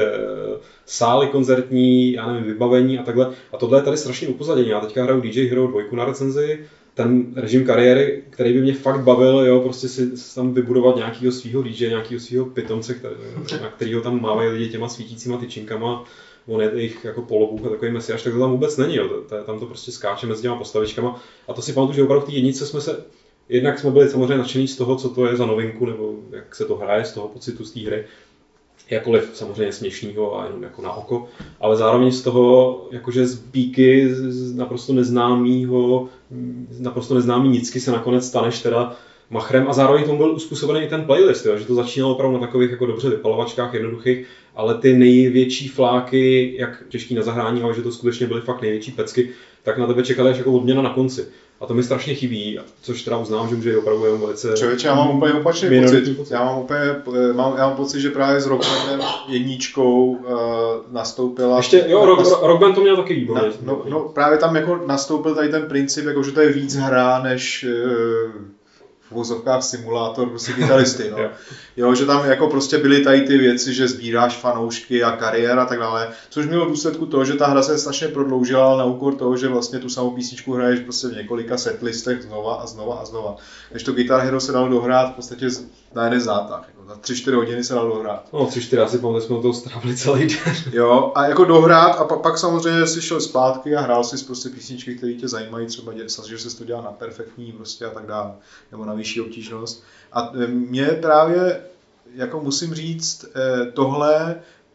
sály koncertní, já nevím, vybavení a takhle. A tohle je tady strašně upozadění. Já teďka hraju D J Hero dva na recenzi, ten režim kariéry, který by mě fakt bavil, jo, prostě si tam vybudovat nějakého svého D J, nějakého svého pitomce, který, na kterýho tam mávají lidi těma svítícíma tyčinkama. On je jich jako polobůh a takový mesiáš, tak to tam vůbec není, jo. Tam to prostě skáče mezi těma postavičkama. A to si pamatuju, že opravdu v té jedničce jsme se, jednak jsme byli samozřejmě nadšení z toho, co to je za novinku, nebo jak se to hraje, z toho pocitu z té hry. Jakkoliv samozřejmě směšnýho a jenom jako na oko, ale zároveň z toho, jakože z bíky, z naprosto neznámýho, naprosto neznámý nicky se nakonec staneš teda machrem a zároveň tomu byl uspůsobený i ten playlist, jo, že to začínalo opravdu na takových jako dobře vypalovačkách, jednoduchých, ale ty největší fláky, jak těžký na zahrání, ale že to skutečně byly fakt největší pecky, tak na tebe čekali až jako odměna na konci. A to mi strašně chybí, což teda uznám, že už je opravdu jenom velice... Člověče, já mám úplně opačný pocit. pocit. Já mám úplně, mám, já mám pocit, že právě s Rockbandem jedničkou uh, nastoupila... Ještě, jo, rock, nas... Rockband to měl taky výborně. Na, no, no, právě tam jako nastoupil tady ten princip, jako, že to je víc hra, než uh, v uvozovkách simulátor prostě kytaristy, no. Jo, že tam jako prostě byly tady ty věci, že sbíráš fanoušky a kariéra a tak dále, což mělo v důsledku toho, že ta hra se strašně prodloužila, ale na úkor toho, že vlastně tu samou písničku hraješ prostě v několika setlistech znova a znova a znova. Než to Guitar Hero se dalo dohrát v podstatě na jeden zátah. Za tři čtyři hodiny se dalo dohrát. No, tři čtyři, asi pamatuju, jsme toho strávili celý den. Jo, a jako dohrát a pak, pak samozřejmě si šel zpátky a hrál si prostě písničky, které tě zajímají, třeba snažil se to dělat na perfektní prostě a tak dále, nebo na vyšší obtížnost. A mě právě, jako musím říct, tohle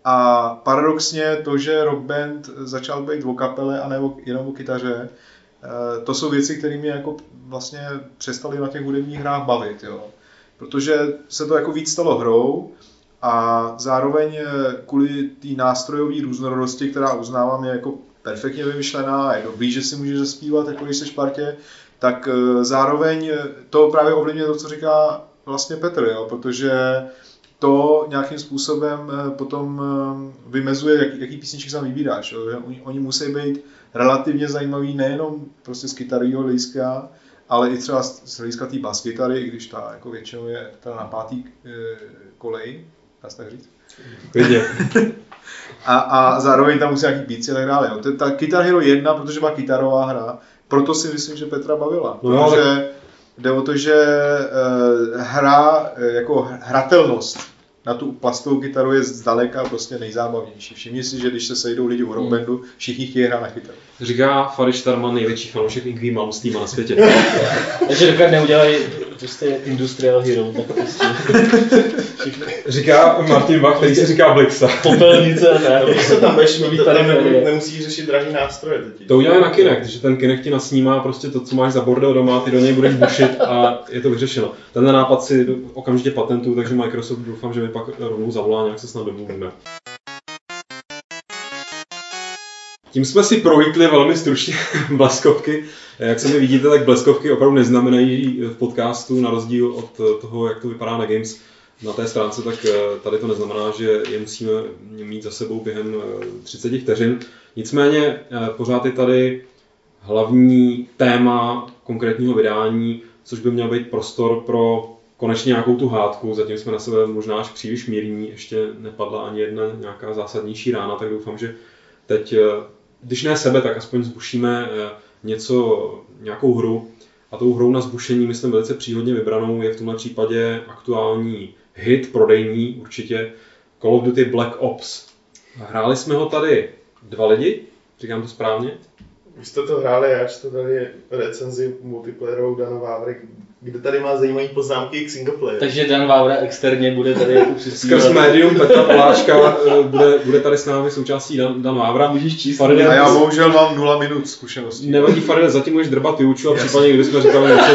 a paradoxně to, že Rock Band začal být o kapele a ne jenom o kytaře, to jsou věci, které mě jako vlastně přestaly na těch hudebních hrách bavit, jo. Protože se to jako víc stalo hrou a zároveň kvůli té nástrojové různorodosti, která uznávám je jako perfektně vymyšlená, je dobrý, že si můžeš zaspívat, jako když jsi v partě, tak zároveň to právě ovlivňuje to, co říká vlastně Petr, jo, protože to nějakým způsobem potom vymezuje, jak, jaký písničky sám vybíráš. Jo. Oni, oni musí být relativně zajímaví nejenom prostě z kytarového hlediska, ale i třeba z hlediska té baskytary, i když ta jako většinou je teda na pátý e, koleji, dá se tak říct? Vidě. a, a zároveň tam musí nějaký beatsy a tak dále. Jo. Ta Guitar Hero jedna, protože byla kytarová hra, proto si myslím, že Petra bavila. No, protože ale... jde o to, že e, hra, e, jako hratelnost na tu plastovou kytaru je zdaleka prostě nejzábavnější. Všimni si, že když se sejdou lidi u rockbandu, všichni chtějí hrát na kytaru. Říká Fary Starman, největší fanoušek Yngwie Malmsteena na světě. Takže dokud neudělají prostě Industrial Hero, tak prostě... Říká Martin Bach, který se říká Blixa. Popelnice, ne, to se tam budeš mít tady ne, nemusíš řešit drahý nástroje teď. To udělají na Kinect, že ten Kinect ti nasnímá prostě to, co máš za bordel doma, ty do něj budeš bušit a je to vyřešeno. Tenhle nápad si okamžitě patentuju, takže Microsoft doufám, že mi pak rovnou zavolá, nějak se snad domluvíme. Tím jsme si projítli velmi stručně bleskovky. Jak se mi vidíte, tak bleskovky opravdu neznamenají v podcastu, na rozdíl od toho, jak to vypadá na Games na té stránce, tak tady to neznamená, že je musíme mít za sebou během třicet vteřin. Nicméně pořád je tady hlavní téma konkrétního vydání, což by měl být prostor pro konečně nějakou tu hádku. Zatím jsme na sebe možná až příliš mírní, ještě nepadla ani jedna nějaká zásadnější rána, tak doufám, že teď, když ne sebe, tak aspoň zbušíme něco, nějakou hru. A tou hrou na zbušení, myslím, velice příhodně vybranou je v tomhle případě aktuální hit, prodejní určitě, Call of Duty Black Ops. Hráli jsme ho tady dva lidi, říkám to správně? Vy jste to hráli, já čtu tady recenzi multiplayerovou Dana Vávry, kde tady má zajímavé poznámky k single player. Takže Dan Vávra externě bude tady jako přispívat. Skrz médium Petra Poláčka bude, bude tady s námi součástí Dan, Dan Vávra. Můžeš číst. Faride, a já bohužel mám nula minut zkušeností. Nevadí, Faride, zatím můžeš drbat Juču a případně, když jsme říkali něco,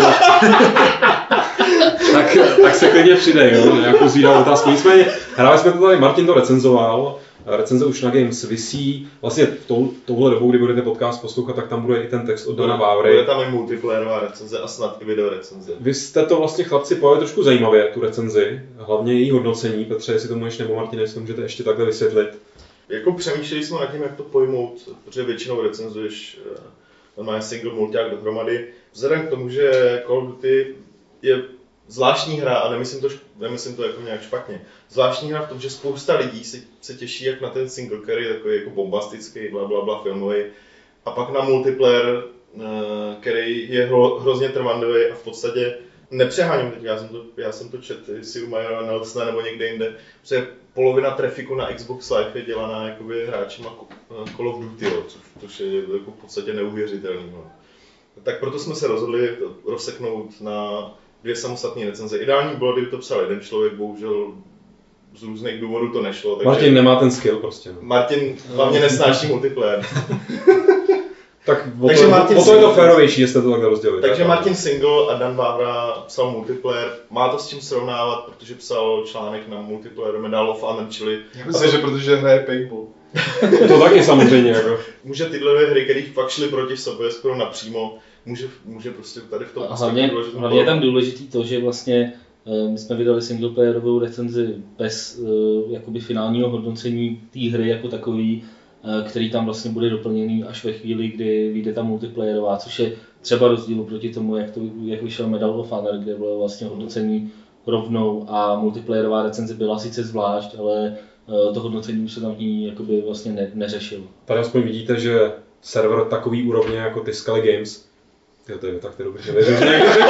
tak, tak se klidně přidej, jo, nějakou zvídavou otázku. Nicméně, hráli jsme to tady, Martin to recenzoval. Recenze už na Games visí. Vlastně tou, touhle dobou, kdy budete podcast poslouchat, tak tam bude i ten text od Dana Vávry. Bude tam i multiplayerová recenze a snad i video recenze. Vy jste to vlastně, chlapci, pojeli trošku zajímavě, tu recenzi. Hlavně její hodnocení. Petře, jestli to můžeš, nebo Martine, jestli to můžete ještě takhle vysvětlit. Jako přemýšleli jsme nad tím, jak to pojmout, protože většinou recenzuješ normálně single, mulťák dohromady. Vzhledem k tomu, že Call of Duty je zvláštní hra, a nemyslím to, nemyslím to jako nějak špatně, zvláštní hra v tom, že spousta lidí se, se těší jak na ten single, který je takový jako bombastický, bla, bla, bla, filmový, a pak na multiplayer, který je hro, hrozně trvandový a v podstatě nepřeháním teď, já jsem to, já jsem to četl, jestli u Majora Nelsona nebo někde jinde, protože polovina trafiku na Xbox Live je dělaná jakoby hráčima Call of Duty, jo, což, což je jako v podstatě neuvěřitelný. Jo. Tak proto jsme se rozhodli to rozseknout na dvě samostatné recenze. Ideální bylo, kdyby to psal jeden člověk, bohužel z různých důvodů to nešlo. Takže Martin nemá ten skill prostě. No. Martin hlavně nesnáší multiplayer. Tak o takže to, Martin o to je to Single, férovější, jestli to takhle rozdělit. Takže tak, Martin Single a Dan Vávra psal multiplayer. Má to s čím srovnávat, protože psal článek na multiplayer Medal of Honor, čili... Já myslím, že protože hraje paintball. To taky samozřejmě. Jako. Může tyhle dvě hry, které fakt šly proti sobě skoro napřímo, může, může prostě tady v tom... A hlavně, hlavně je tam důležitý to, že vlastně my jsme vydali singleplayerovou recenzi bez uh, jakoby finálního hodnocení té hry jako takový, uh, který tam vlastně bude doplněný až ve chvíli, kdy vyjde ta multiplayerová, což je třeba rozdíl proti tomu, jak, to, jak vyšel Medal of Honor, kde bylo vlastně hodnocení rovnou a multiplayerová recenze byla sice zvlášť, ale uh, to hodnocení už se tam v ní jakoby vlastně ne, neřešilo. Tady aspoň vidíte, že server takový úrovně jako ty Scully Games, tyjo, to je tak, kterou bych nevěřil, že někdo řekl.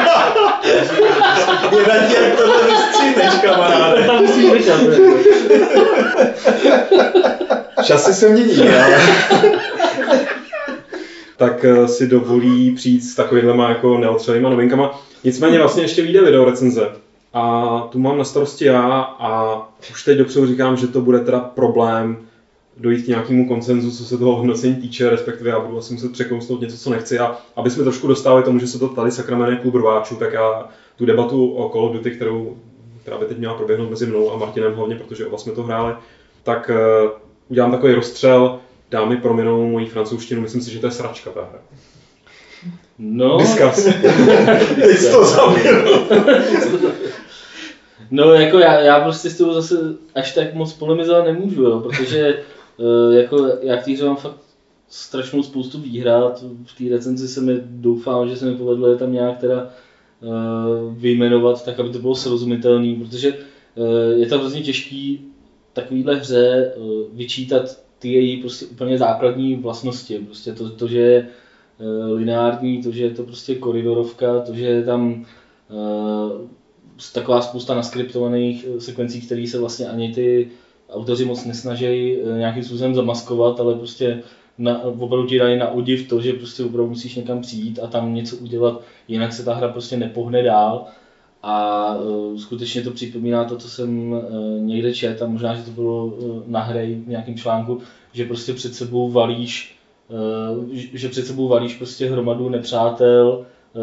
Je na tě, jak tohle vystříneš, kamaráde. Tam musíš vyšat. Časy se mění, ale... tak si dovolí přijít s takovýhlema jako neotřelýma novinkama. Nicméně vlastně ještě vyjde video recenze. A tu mám na starosti já a už teď dopředu říkám, že to bude teda problém dojít k nějakému konsenzu, co se toho hodnocení týče, respektive já budu asi muset překousnout něco, co nechci. A aby jsme trošku dostali tomu, že se to tady sakra jmenuje klub rváčů, tak já tu debatu o Call of Duty, kterou, která by teď měla proběhnout mezi mnou a Martinem hlavně, protože oba jsme to hráli, tak uh, udělám takový rozstřel, dámy prominou mojí francouzštinu, myslím si, že to je sračka ta hra. No. Discuss. Teď jsi to zabil. No jako já, já prostě s tou zase až tak moc polemizovat nemůžu, jo, protože uh, jako já k té hře mám fakt strašnou spoustu výhrad. V té recenzi se mi doufám, že se mi povedlo je tam nějak teda uh, vyjmenovat tak, aby to bylo srozumitelné, protože uh, je to hrozně těžký takovýhle hře uh, vyčítat ty její prostě úplně základní vlastnosti. Prostě to, to že je uh, lineární, to, že je to prostě koridorovka, to, že je tam uh, taková spousta naskriptovaných sekvencí, které se vlastně ani ty autoři moc nesnaží nějakým způsobem zamaskovat, ale prostě na, opravdu ti dají na údiv to, že prostě opravdu musíš někam přijít a tam něco udělat, jinak se ta hra prostě nepohne dál. A uh, skutečně to připomíná to, co jsem uh, někde četl, a možná, že to bylo uh, na hře v nějakém článku, že prostě před sebou valíš, uh, že před sebou valíš prostě hromadu nepřátel,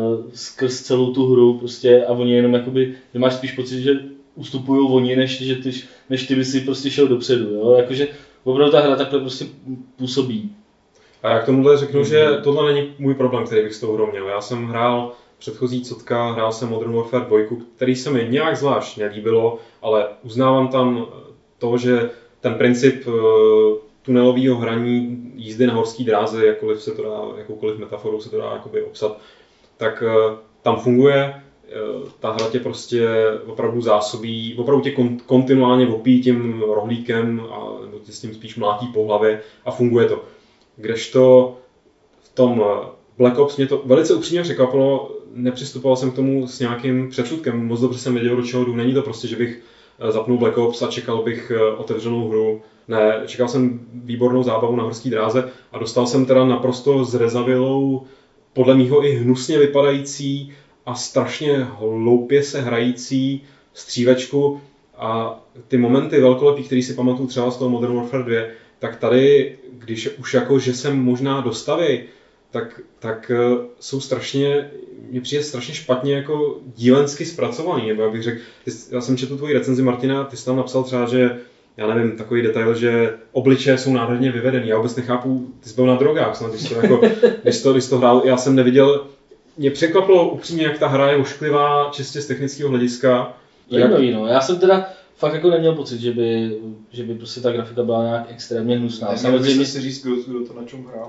skrz celou tu hru prostě a oni jenom jakoby, že máš spíš pocit, že ustupují oni, než, že ty, než ty by si prostě šel dopředu, jo, jakože opravdu ta hra takhle prostě působí. A já k tomuhle řeknu, mm-hmm. že tohle není můj problém, který bych s tou hrou měl. Já jsem hrál předchozí Cotka, hrál jsem Modern Warfare dva, který se mi nějak zvlášť nelíbilo, ale uznávám tam to, že ten princip tunelového hraní, jízdy na horský dráze, jakkoliv se to dá, jakoukoliv metaforou se to dá jakoby obsat, tak uh, tam funguje, uh, ta hra tě prostě opravdu zásobí, opravdu tě kon- kontinuálně opíjí tím rohlíkem a nebo tě s tím spíš mlátí po hlavě a funguje to. Kdežto v tom Black Ops mě to velice upřímně překvapilo, nepřistupoval jsem k tomu s nějakým předsudkem, moc dobře jsem věděl, do čeho jdu, není to prostě, že bych zapnul Black Ops a čekal bych otevřenou hru. Ne, čekal jsem výbornou zábavu na horské dráze a dostal jsem teda naprosto zrezavilou, podle mýho i hnusně vypadající a strašně hloupě se hrající střílečku a ty momenty velkolepý, které si pamatuju třeba z toho Modern Warfare dva, tak tady, když už jako, že jsem možná dostavej, tak, tak jsou strašně, mně přijde strašně špatně jako dílensky zpracovaný, nebo já bych řekl, já jsem četl tvoji recenzi, Martina, ty jsi tam napsal třeba, že já nevím, takový detail, že obličeje jsou nádherně vyvedený. Já vůbec nechápu, ty jsi byl na drogách snad, když to, jako, když to, když to hrál, já jsem neviděl, mě překvapilo upřímně, jak ta hra je ošklivá čistě z technického hlediska. Jedno jino, já jsem teda fakt jako neměl pocit, že by, že by prostě ta grafika byla nějak extrémně hnusná. Samozřejmě si říct, kdo, kdo to na čem hrál?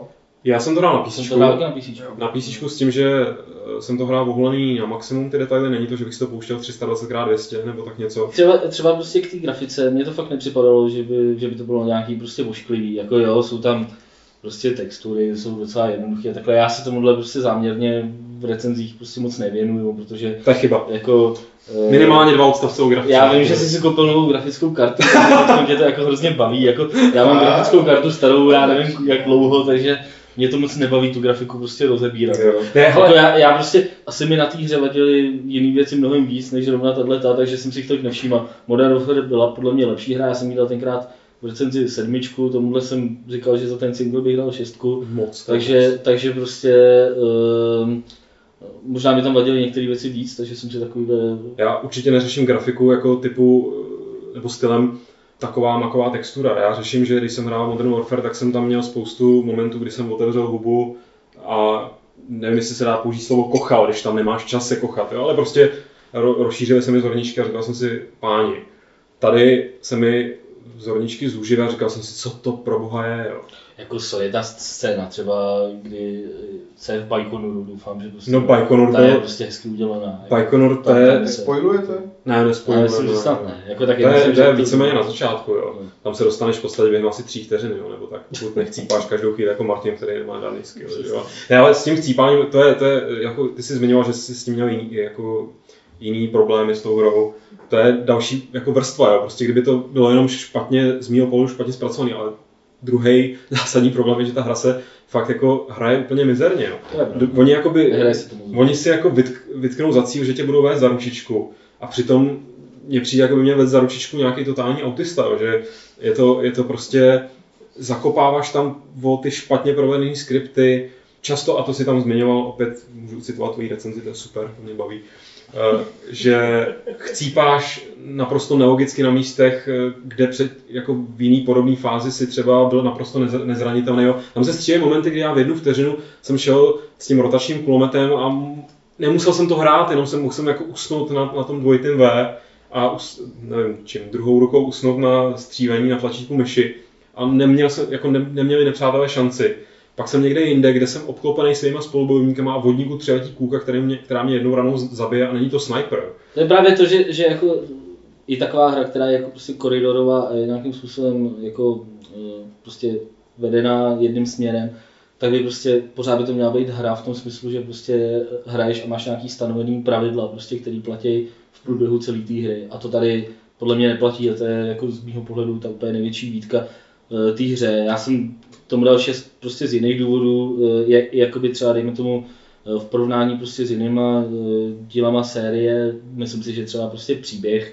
Já jsem to hrál na Jsem písíčku. to dal na písíčku. Na písíčku s tím, že jsem to hrál vohlený na maximum ty detaily, není to, že bych si to pouštěl tři sta dvacet krát dvě stě nebo tak něco. Třeba, třeba prostě k té grafice, mně to fakt nepřipadalo, že by, že by to bylo nějaký prostě ošklivý, jako jo, jsou tam prostě textury, jsou docela jednoduché, takhle já se tomuhle prostě záměrně v recenzích prostě moc nevěnuju, protože To je chyba. jako... Minimálně dva odstavce o grafice. Já vím, že jsi si koupil novou grafickou kartu, takže mě to jako hrozně baví, jako já mám grafickou kartu starou, já nevím jak dlouho, takže mě to moc nebaví tu grafiku prostě rozebírat. Jo. Ne, Jako hele. já, já prostě, asi mi na té hře vadily jiné věci mnohem víc, než zrovna tato, takže jsem si jich tolik nevšímal. Modern Warfare byla podle mě lepší hra, já jsem jí dal tenkrát v recenzi sedmičku, tomuhle jsem říkal, že za ten single bych dal šestku. Moc. Takže, moc. takže prostě um, možná mi tam vadily některé věci víc, takže jsem si takovýhle... Já určitě neřeším grafiku jako typu nebo stylem taková maková textura. Já řeším, že když jsem hrál Modern Warfare, tak jsem tam měl spoustu momentů, kdy jsem otevřel hubu a nevím, jestli se dá použít slovo kochal, když tam nemáš čas se kochat, jo? Ale prostě ro- rozšířily se mi zorničky a říkal jsem si, páni, tady se mi zorničky zúžily a říkal jsem si, co to pro boha je, jo. Jako co je ta scéna třeba, kdy se je v Bajkonuru, doufám, že prostě No Bajkonur ta je to- prostě hezky udělaná. Bajkonur to Tam- je... tam se- Nespoilujete? Ne, Já nespojujeme. myslím, že snad ne. Jako tak To je, myslím, to je že víceméně na začátku, jo. No. Tam se dostaneš v podstatě během asi tří vteřin, jo, nebo tak, pokud nechcípáš každou chvíli jako Martin, který nemá žádný skill, jo. Ne, ale s tím chcípáním, to je, to je, jako ty jsi zmiňoval, že jsi s tím měl jiný, jako jiný problémy s tou hrou. To je další jako vrstva, jo. Prostě kdyby to bylo jenom špatně, z mýho pohledu špatně zpracovaný, ale druhý zásadní problém je, že ta hra se fakt jako hraje úplně mizerně, jo. To je pravda. Oni jakoby, Nehraje se to moc. oni si jako vytk, vytknou za cíl, že tě budou vést za ručičku a přitom mně přijde, jako by měl vést za ručičku nějaký totální autista, jo, že je to, je to prostě, zakopáváš tam o ty špatně provedené skripty, často, a to si tam zmiňoval, opět můžu citovat tvojí recenzi, to je super, to mě baví, eh, že chcípáš naprosto nelogicky na místech, eh, kde před, jako v jiný podobné fázi si třeba byl naprosto nez, nezranitelný. Jo. Tam se střídají momenty, kdy já v jednu vteřinu jsem šel s tím rotačním kulometem a m- nemusel jsem to hrát, jenom jsem musel jako usnout na, na tom dvojitém V a us, nevím čím, druhou rukou usnout na střílení na tlačítku myši a neměl jsem, jako ne, neměli nepřátelé šanci. Pak jsem někde jinde, kde jsem obklopený svýma spolubojovníkama a vodníku přiletí kůlka, který mě, která mě jednou ranou zabije a není to sniper. To je právě to, že, že jako i taková hra, která je jako prostě koridorová a je nějakým způsobem jako eh, prostě vedená jedním směrem, tak by prostě pořád by to měla být hra v tom smyslu, že prostě hraješ a máš nějaký stanovený pravidla, prostě, který platí v průběhu celé té hry. A to tady podle mě neplatí a to je jako z mého pohledu ta úplně největší výtka eh, té hře. Já jsem tomu dal šest prostě z jiných důvodů, eh, jak, jakoby třeba dejme tomu v porovnání prostě s jinýma dílama série, myslím si, že třeba prostě příběh,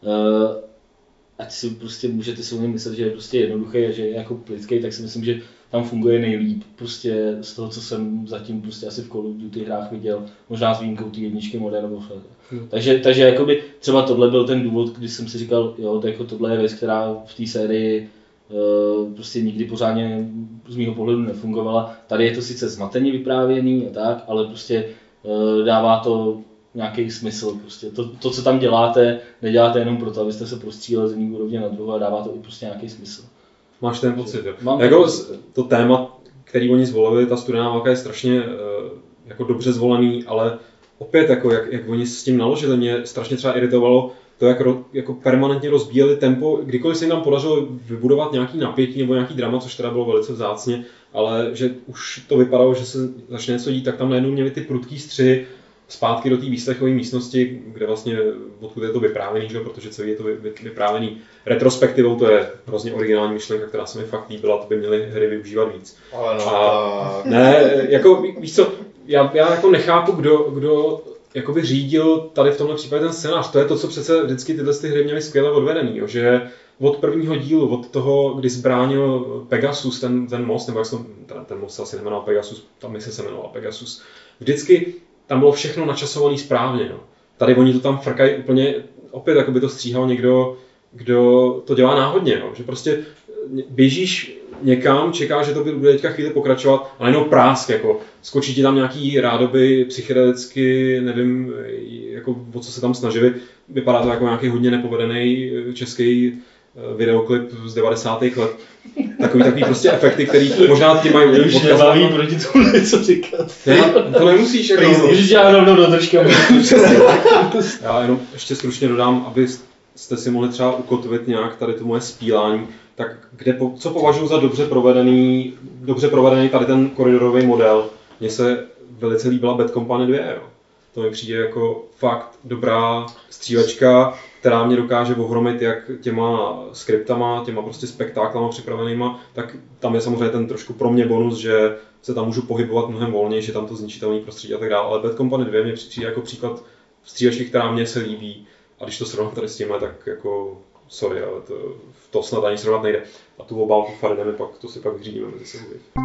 ať si prostě můžete si o něm myslet, že je prostě jednoduchý a že je jako lidský, tak si myslím, že tam funguje nejlíp prostě z toho, co jsem zatím prostě asi v Call of Duty hrách viděl, možná s výjimkou té jedničky Modern Warfare. Hmm. Takže, takže jakoby třeba tohle byl ten důvod, když jsem si říkal, jo, to jako tohle je věc, která v té sérii Uh, prostě nikdy pořádně z mýho pohledu nefungovala. Tady je to sice zmateně vyprávěný a tak, ale prostě uh, dává to nějaký smysl. Prostě to, to, co tam děláte, neděláte jenom proto, abyste se prostříleli z jedné úrovně na druhou, a dává to i prostě nějaký smysl. Máš ten pocit, jo? Mám jako pocit. To téma, který oni zvolili, ta studená válka je strašně uh, jako dobře zvolený, ale opět, jako jak, jak oni s tím naložili, mě strašně třeba iritovalo to, jak ro, jako permanentně rozbíjeli tempo, kdykoliv se jim tam podařilo vybudovat nějaký napětí nebo nějaký drama, což teda bylo velice vzácně, ale že už to vypadalo, že se začne něco dít, tak tam najednou měli ty prudký střihy zpátky do té výslechové místnosti, kde vlastně, odkud je to vyprávěný, že? Protože celý je to vy, vy, vyprávěný retrospektivou, to je hrozně originální myšlenka, která se mi fakt líbila, to by měly hry využívat víc. Ale no, A, ne, jako víš co, já, já jako nechápu, kdo, kdo jakoby řídil tady v tomhle případě ten scénář. To je to, co přece vždycky tyhle ty hry měly skvěle odvedený, jo? Že od prvního dílu, od toho, kdy zbránil Pegasus, ten, ten most, nebo jak jsem, ten, ten most se asi nejmenoval Pegasus, ta mise se jmenovala Pegasus, vždycky tam bylo všechno načasované správně. Jo? Tady oni to tam frkají úplně, opět jako by to stříhal někdo, kdo to dělá náhodně, jo? Že prostě běžíš někam, čeká, že to bude teďka chvíli pokračovat, ale jenom prásk, jako skočí ti tam nějaký rádoby psychedelicky, nevím, jako o co se tam snažili, vypadá to jako nějaký hodně nepovedený český videoklip z devadesátých let. Takový takový prostě efekty, který možná ti mají Mě už nebaví proti tomu něco říkat. Ne, to nemusíš, jako... Můžeš dělat rovnou do držky. Já jenom ještě stručně dodám, abyste si mohli třeba ukotvit nějak tady to moje spílání, tak kde, co považuji za dobře provedený, dobře provedený tady ten koridorový model. Mně se velice líbila Bad Company dva, jo. To mi přijde jako fakt dobrá střílečka, která mě dokáže ohromit jak těma skriptama, těma prostě spektáklama připravenýma, tak tam je samozřejmě ten trošku pro mě bonus, že se tam můžu pohybovat mnohem volněji, že tam to zničitelné prostředí a tak dále. Ale Bad Company dva mě přijde jako příklad střílečky, která mě se líbí. A když to srovnám tady s tímhle, tak jako sorry, ale to, to snad ani srovnat nejde. A tu obálku Faridemy pak, to si pak vyřídíme mezi sebou.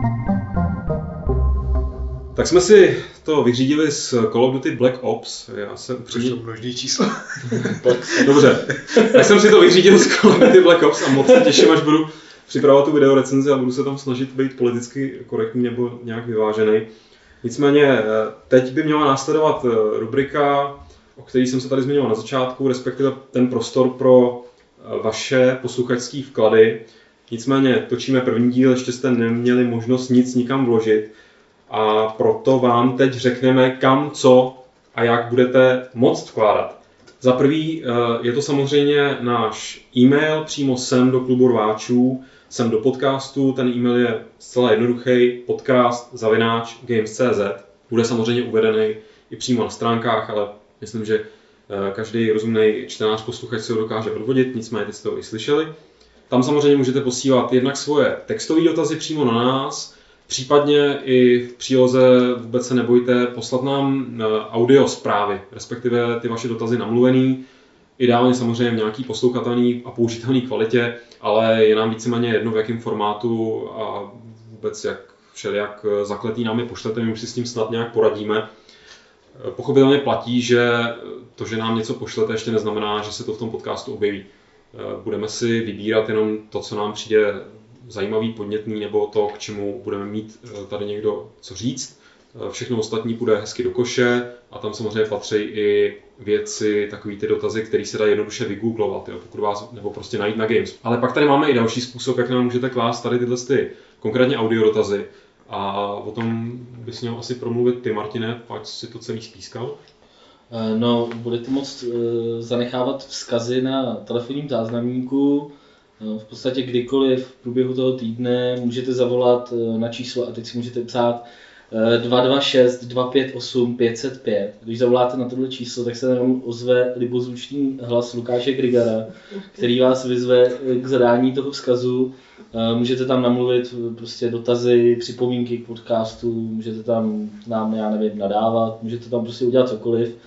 Tak jsme si to vyřídili s Call of Duty Black Ops. Já jsem Což to množný číslo. Dobře, tak jsem si to vyřídil s Call of Duty Black Ops a moc se těším, až budu připravovat tu videorecenzi a budu se tam snažit být politicky korektní nebo nějak vyvážený. Nicméně teď by měla následovat rubrika, o které jsem se tady zmiňoval na začátku, respektive ten prostor pro vaše posluchačské vklady. Nicméně točíme první díl, ještě jste neměli možnost nic nikam vložit a proto vám teď řekneme kam, co a jak budete moct vkládat. Za prvý je to samozřejmě náš e-mail přímo sem do klubu rváčů, sem do podcastu. Ten e-mail je zcela jednoduchý, podcast zavináč games tečka cé zet. Bude samozřejmě uvedený i přímo na stránkách, ale myslím, že každý rozumný čtenář, posluchač si ho dokáže odvodit, nicméně jste to i slyšeli. Tam samozřejmě můžete posílat jednak svoje textové dotazy přímo na nás, případně i v příloze vůbec se nebojte poslat nám audio zprávy, respektive ty vaše dotazy namluvený, ideálně samozřejmě v nějaký poslouchatelný a použitelný kvalitě, ale je nám víceméně jedno v jakém formátu a vůbec jak všelijak zakletý nám je pošlete, my už si s tím snad nějak poradíme. Pochopitelně platí, že to, že nám něco pošlete, ještě neznamená, že se to v tom podcastu objeví. Budeme si vybírat jenom to, co nám přijde zajímavý, podnětný, nebo to, k čemu budeme mít tady někdo co říct. Všechno ostatní půjde hezky do koše a tam samozřejmě patří i věci, takový ty dotazy, které se dá jednoduše vygooglovat, jo, pokud vás, nebo prostě najít na Games. Ale pak tady máme i další způsob, jak nám můžete klást tady tyhle ty, konkrétně audio dotazy. A o tom bys měl asi promluvit ty, Martine, ať si to celý spískal. No, budete moct zanechávat vzkazy na telefonním záznamníku. V podstatě kdykoliv v průběhu toho týdne můžete zavolat na číslo a teď si můžete psát dva dva šest dva pět osm pět set pět. Když zavoláte na tohle číslo, tak se nám ozve libozvučný hlas Lukáše Grigara, který vás vyzve k zadání toho vzkazu. Můžete tam namluvit prostě dotazy, připomínky k podcastu, můžete tam nám, já nevím, nadávat, můžete tam prostě udělat cokoliv.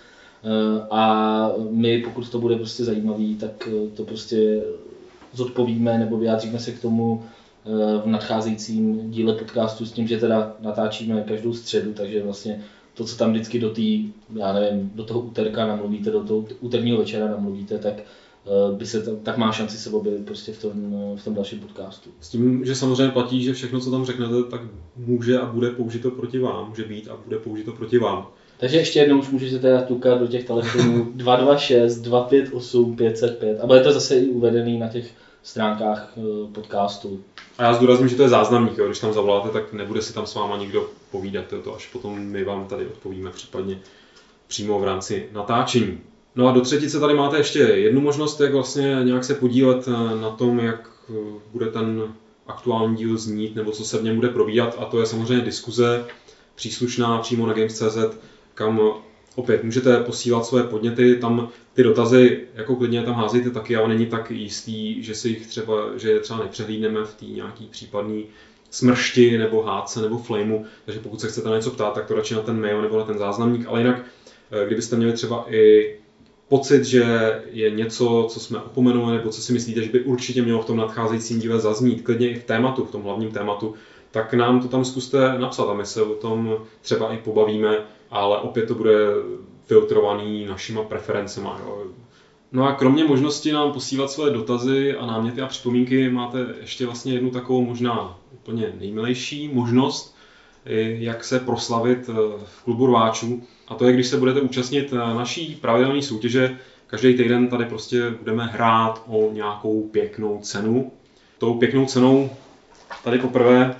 A my, pokud to bude prostě zajímavý, tak to prostě zodpovíme nebo vyjádříme se k tomu v nadcházejícím díle podcastu s tím, že teda natáčíme každou středu, takže vlastně to, co tam vždycky do té, já nevím, do toho úterka namluvíte, do toho úterního večera namluvíte, tak by se tam, tak má šanci se objevit prostě v tom, v tom dalším podcastu. S tím, že samozřejmě platí, že všechno, co tam řeknete, tak může a bude použito proti vám, může být a bude použito proti vám. Takže ještě jednou už můžete teda tukat do těch telefonů dva dva šest dva pět osm pět set pět a bude to zase i uvedený na těch stránkách podcastu. A já zdůrazním, že to je záznamník, jo. Když tam zavoláte, tak nebude si tam s váma nikdo povídat, to až potom my vám tady odpovíme případně přímo v rámci natáčení. No a do třetice tady máte ještě jednu možnost, jak vlastně nějak se podílet na tom, jak bude ten aktuální díl znít, nebo co se v něm bude probíhat, a to je samozřejmě diskuze příslušná přímo na games tečka cé zet, kam opět můžete posílat své podněty, tam ty dotazy jako klidně tam házejte taky, ale není tak jistý, že si jich třeba, že je třeba nepřehlídneme v té nějaký případný smršti nebo hádce nebo flameu, takže pokud se chcete na něco ptát, tak to radši na ten mail nebo na ten záznamník, ale jinak kdybyste měli třeba i pocit, že je něco, co jsme opomenuli, nebo co si myslíte, že by určitě mělo v tom nadcházejícím díle zaznít, klidně i v tématu, v tom hlavním tématu, tak nám to tam zkuste napsat a my se o tom třeba i pobavíme, ale opět to bude filtrovaný našima preferencema. Jo. No a kromě možnosti nám posílat své dotazy a náměty a připomínky máte ještě vlastně jednu takovou možná úplně nejmilejší možnost, jak se proslavit v klubu rváčů. A to je, když se budete účastnit naší pravidelné soutěže Každý týden tady prostě budeme hrát o nějakou pěknou cenu. Tou pěknou cenou tady poprvé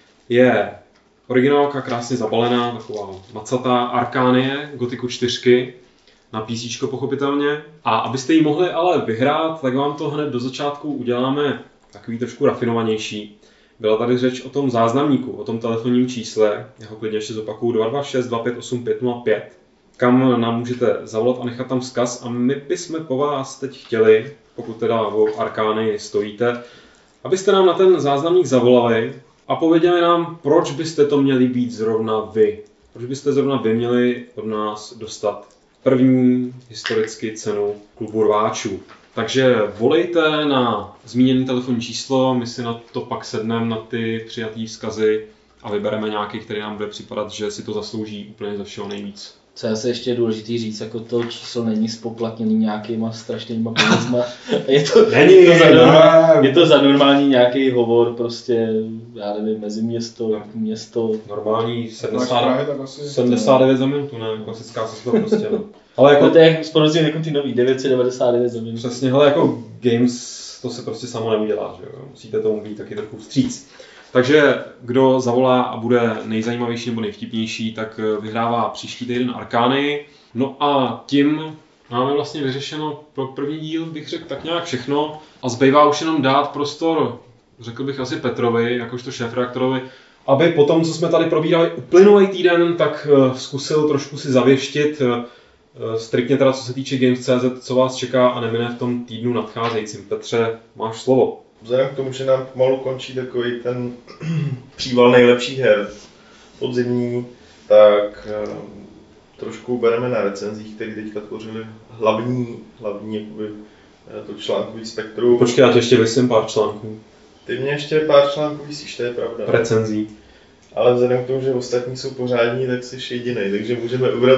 je originálka krásně zabalená, taková macatá Arkánie Gothicu čtyři na PCčko pochopitelně. A abyste ji mohli ale vyhrát, tak vám to hned do začátku uděláme takový trošku rafinovanější. Byla tady řeč o tom záznamníku, o tom telefonním čísle, já ho klidně ještě zopakuju, dva dva šest dva pět osm pět nula pět, kam nám můžete zavolat a nechat tam vzkaz a my bychom po vás teď chtěli, pokud teda o Arkánii stojíte, abyste nám na ten záznamník zavolali a pověděli nám, proč byste to měli být zrovna vy. Proč byste zrovna vy měli od nás dostat první historicky cenu klubu rváčů. Takže volejte na zmíněné telefonní číslo, my si na to pak sedneme na ty přijatý vzkazy a vybereme nějaký, který nám bude připadat, že si to zaslouží úplně ze všeho nejvíc. Co je asi ještě důležitý říct, jako to číslo není spoplatněný nějakýma strašnýma penězma. Je to, Není, je, to za normál, ne. je to za normální nějaký hovor, prostě, já nevím, mezi město, město. Normální Prahy, tak asi sedmdesát devět za minutu, ne? Klasická sesla prostě, no. Ale jako to je jak sporozdně jako ty nový, devět set devadesát devět za minutu. Přesně, hele, jako games, to se prostě samo neudělá, že jo? Musíte tomu být taky trochu vstříc. Takže kdo zavolá a bude nejzajímavější nebo nejvtipnější, tak vyhrává příští týden Arkánii. No a tím máme vlastně vyřešeno pro první díl, bych řekl tak nějak všechno. A zbývá už jenom dát prostor, řekl bych asi Petrovi, jakožto šéfredaktorovi, aby po tom, co jsme tady probírali uplynulý týden, tak zkusil trošku si zavěštit, striktně teda co se týče Games tečka cé zet, co vás čeká a nemine v tom týdnu nadcházejícím. Petře, máš slovo. Vzhledem k tomu, že nám pomalu končí takový ten příval nejlepších her podzimní, tak um, trošku bereme na recenzích, které teďka tvořili hlavní, hlavní jakoby, to článkový spektrum. Počkej, já tě ještě vysím pár článků. Ty mě ještě pár článků vysíš, to je pravda. Recenzí. Ale vzhledem k tomu, že ostatní jsou pořádní, tak jsi jedinej, takže můžeme ubrat.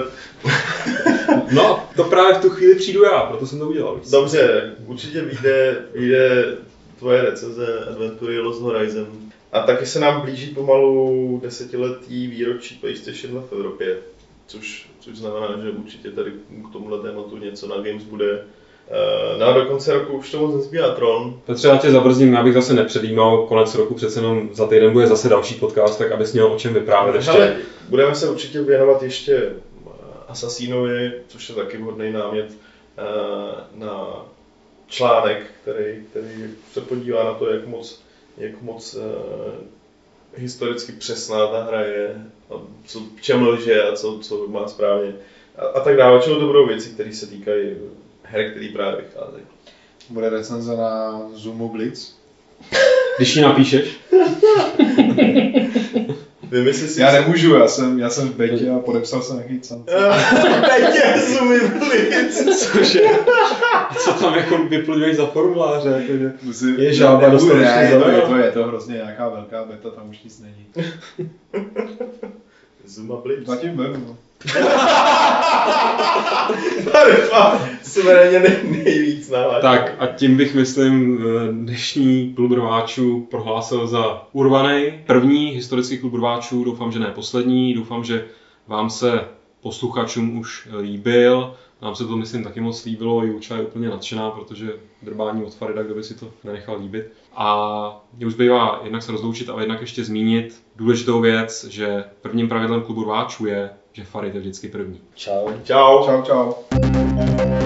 No, to právě v tu chvíli přijdu já, proto jsem to udělal. Dobře, určitě vyjde, vyjde tvoje recenze Adventury Lost Horizon. A taky se nám blíží pomalu desetiletí výročí PlayStation dva v Evropě, což, což znamená, že určitě tady k tomuhle tématu něco na Games bude. No a do konce roku už to moc nezbývá Tron. Petře, já tě zabrzdím, já bych zase nepředjímal, konec roku přece jenom za týden bude zase další podcast, tak abys měl o čem vyprávět ještě. Hele, budeme se určitě věnovat ještě Assassinovi, což je taky vhodný námět na článek, který, který se podívá na to, jak moc, jak moc uh, historicky přesná ta hra je, a co, v čem lže a co, co má správně. A, a tak dále, čeho to budou věci, které se týkají her, které právě vycházejí. Bude recenze na Zoomu Blitz. Když ji napíšeš. Vymysli si Já nemůžu, já jsem, já jsem v betě a podepsal jsem nějaký cant. betě, Zoomy Blitz! Cože? Co tam jako vyplňují za formuláře? Jakože Musím, je žába dostatečně to, je, zajímavá. to je to hrozně nějaká velká beta, tam už nic není. Zuma Blitz. Zatím beru. Suverénně nejvíc náhlášení. Tak a tím bych, myslím, dnešní klub rváčů prohlásil za urvaný. První historický klub rváčů, doufám, že ne poslední. Doufám, že vám se posluchačům už líbil. Nám se to, myslím, taky moc líbilo. Juča je úplně nadšená, protože drbání od Farida, kdo by si to nenechal líbit. A mě už zbývá jednak se rozloučit a jednak ještě zmínit důležitou věc, že prvním pravidlem klubu rváčů je, že Farid je vždycky první. Čau. Čau. Čau, čau.